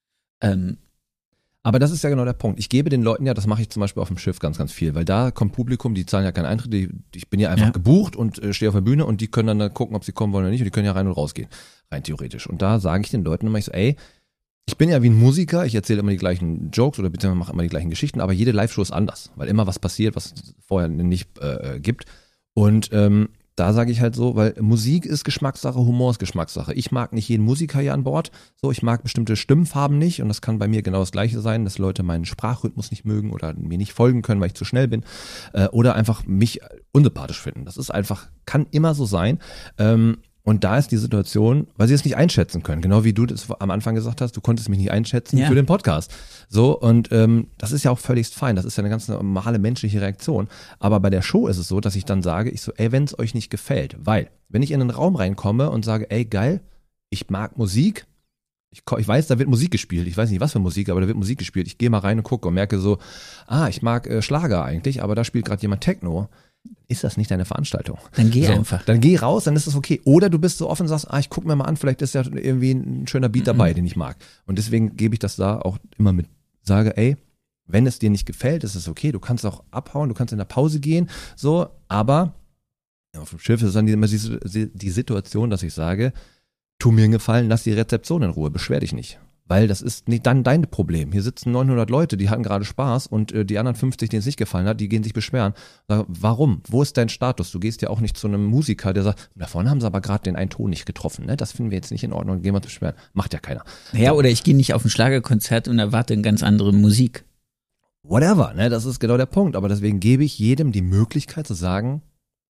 S1: Aber das ist ja genau der Punkt. Ich gebe den Leuten ja, das mache ich zum Beispiel auf dem Schiff ganz, ganz viel, weil da kommt Publikum, die zahlen ja keinen Eintritt, ich bin ja einfach gebucht und stehe auf der Bühne und die können dann gucken, ob sie kommen wollen oder nicht und die können ja rein und rausgehen, rein theoretisch. Und da sage ich den Leuten immer, ich so, ey, ich bin ja wie ein Musiker, ich erzähle immer die gleichen Jokes oder beziehungsweise mache immer die gleichen Geschichten, aber jede Live-Show ist anders, weil immer was passiert, was es vorher nicht gibt. Und da sage ich halt so, weil Musik ist Geschmackssache, Humor ist Geschmackssache. Ich mag nicht jeden Musiker hier an Bord, so, ich mag bestimmte Stimmfarben nicht und das kann bei mir genau das Gleiche sein, dass Leute meinen Sprachrhythmus nicht mögen oder mir nicht folgen können, weil ich zu schnell bin oder einfach mich unsympathisch finden. Das ist einfach, kann immer so sein. Und da ist die Situation, weil sie es nicht einschätzen können. Genau wie du das am Anfang gesagt hast, du konntest mich nicht einschätzen für den Podcast. So, und das ist ja auch völlig fein. Das ist ja eine ganz normale menschliche Reaktion. Aber bei der Show ist es so, dass ich dann sage, ey, wenn es euch nicht gefällt, weil, wenn ich in einen Raum reinkomme und sage, ey, geil, ich mag Musik, ich weiß, da wird Musik gespielt. Ich weiß nicht, was für Musik, aber da wird Musik gespielt. Ich gehe mal rein und gucke und merke so, ich mag Schlager eigentlich, aber da spielt gerade jemand Techno. Ist das nicht deine Veranstaltung?
S2: Dann geh einfach.
S1: Dann geh raus, dann ist das okay. Oder du bist so offen und sagst, ich guck mir mal an, vielleicht ist ja irgendwie ein schöner Beat dabei, den ich mag. Und deswegen gebe ich das da auch immer mit. Sage, ey, wenn es dir nicht gefällt, ist es okay. Du kannst auch abhauen, du kannst in der Pause gehen, so. Aber auf dem Schiff ist dann immer die Situation, dass ich sage, tu mir einen Gefallen, lass die Rezeption in Ruhe, beschwer dich nicht. Weil das ist nicht dann dein Problem. Hier sitzen 900 Leute, die hatten gerade Spaß und die anderen 50, denen es nicht gefallen hat, die gehen sich beschweren. Sagen, warum? Wo ist dein Status? Du gehst ja auch nicht zu einem Musiker, der sagt, da vorne haben sie aber gerade den einen Ton nicht getroffen. Ne? Das finden wir jetzt nicht in Ordnung, gehen wir uns beschweren. Macht ja keiner.
S2: Naja, oder ich gehe nicht auf ein Schlagerkonzert und erwarte eine ganz andere Musik.
S1: Whatever, ne? Das ist genau der Punkt. Aber deswegen gebe ich jedem die Möglichkeit zu sagen,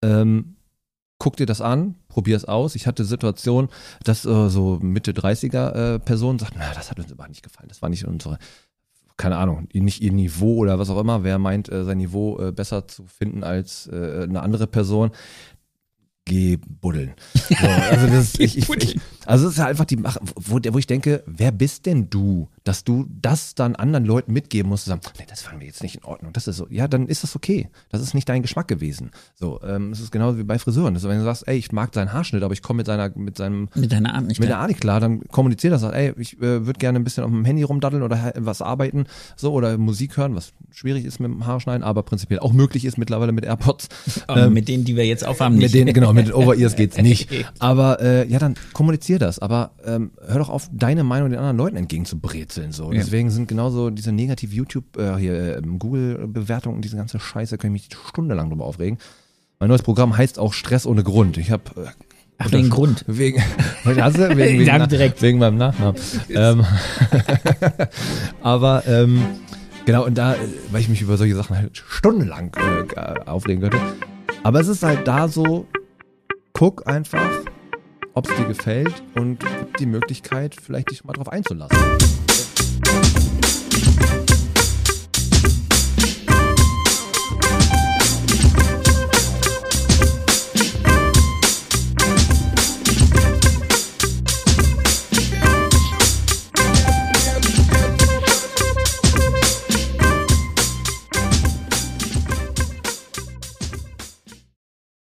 S1: guck dir das an, probier es aus. Ich hatte Situation, dass so Mitte 30er Personen sagten, das hat uns aber nicht gefallen. Das war nicht unsere, keine Ahnung, nicht ihr Niveau oder was auch immer. Wer meint, sein Niveau besser zu finden als eine andere Person, geh buddeln. So, also das ist ja einfach die Mache, wo ich denke, wer bist denn du, dass du das dann anderen Leuten mitgeben musst und sagen, nee, das fanden wir jetzt nicht in Ordnung. Das ist so, ja, dann ist das okay. Das ist nicht dein Geschmack gewesen. So, es ist genauso wie bei Friseuren. Also wenn du sagst, ey, ich mag seinen Haarschnitt, aber ich komme mit deiner Art nicht klar, dann kommunizier das. Ey, ich würde gerne ein bisschen auf dem Handy rumdaddeln oder was arbeiten, so, oder Musik hören, was schwierig ist mit dem Haarschneiden, aber prinzipiell auch möglich ist mittlerweile mit AirPods.
S2: Mit denen, die wir jetzt aufhaben, nicht.
S1: Mit den Over-Ears geht's nicht. Aber dann kommunizier das. Aber hör doch auf, deine Meinung den anderen Leuten entgegenzubrezeln. So.
S2: Ja.
S1: Deswegen sind genauso diese negative Google-Bewertungen und diese ganze Scheiße, kann ich mich stundenlang drüber aufregen. Mein neues Programm heißt auch Stress ohne Grund. Ich habe
S2: wegen Grund.
S1: Wegen meinem Nachnamen. Aber genau, und da, weil ich mich über solche Sachen halt stundenlang aufregen könnte. Aber es ist halt da so, guck einfach, ob es dir gefällt und gib die Möglichkeit, vielleicht dich mal drauf einzulassen.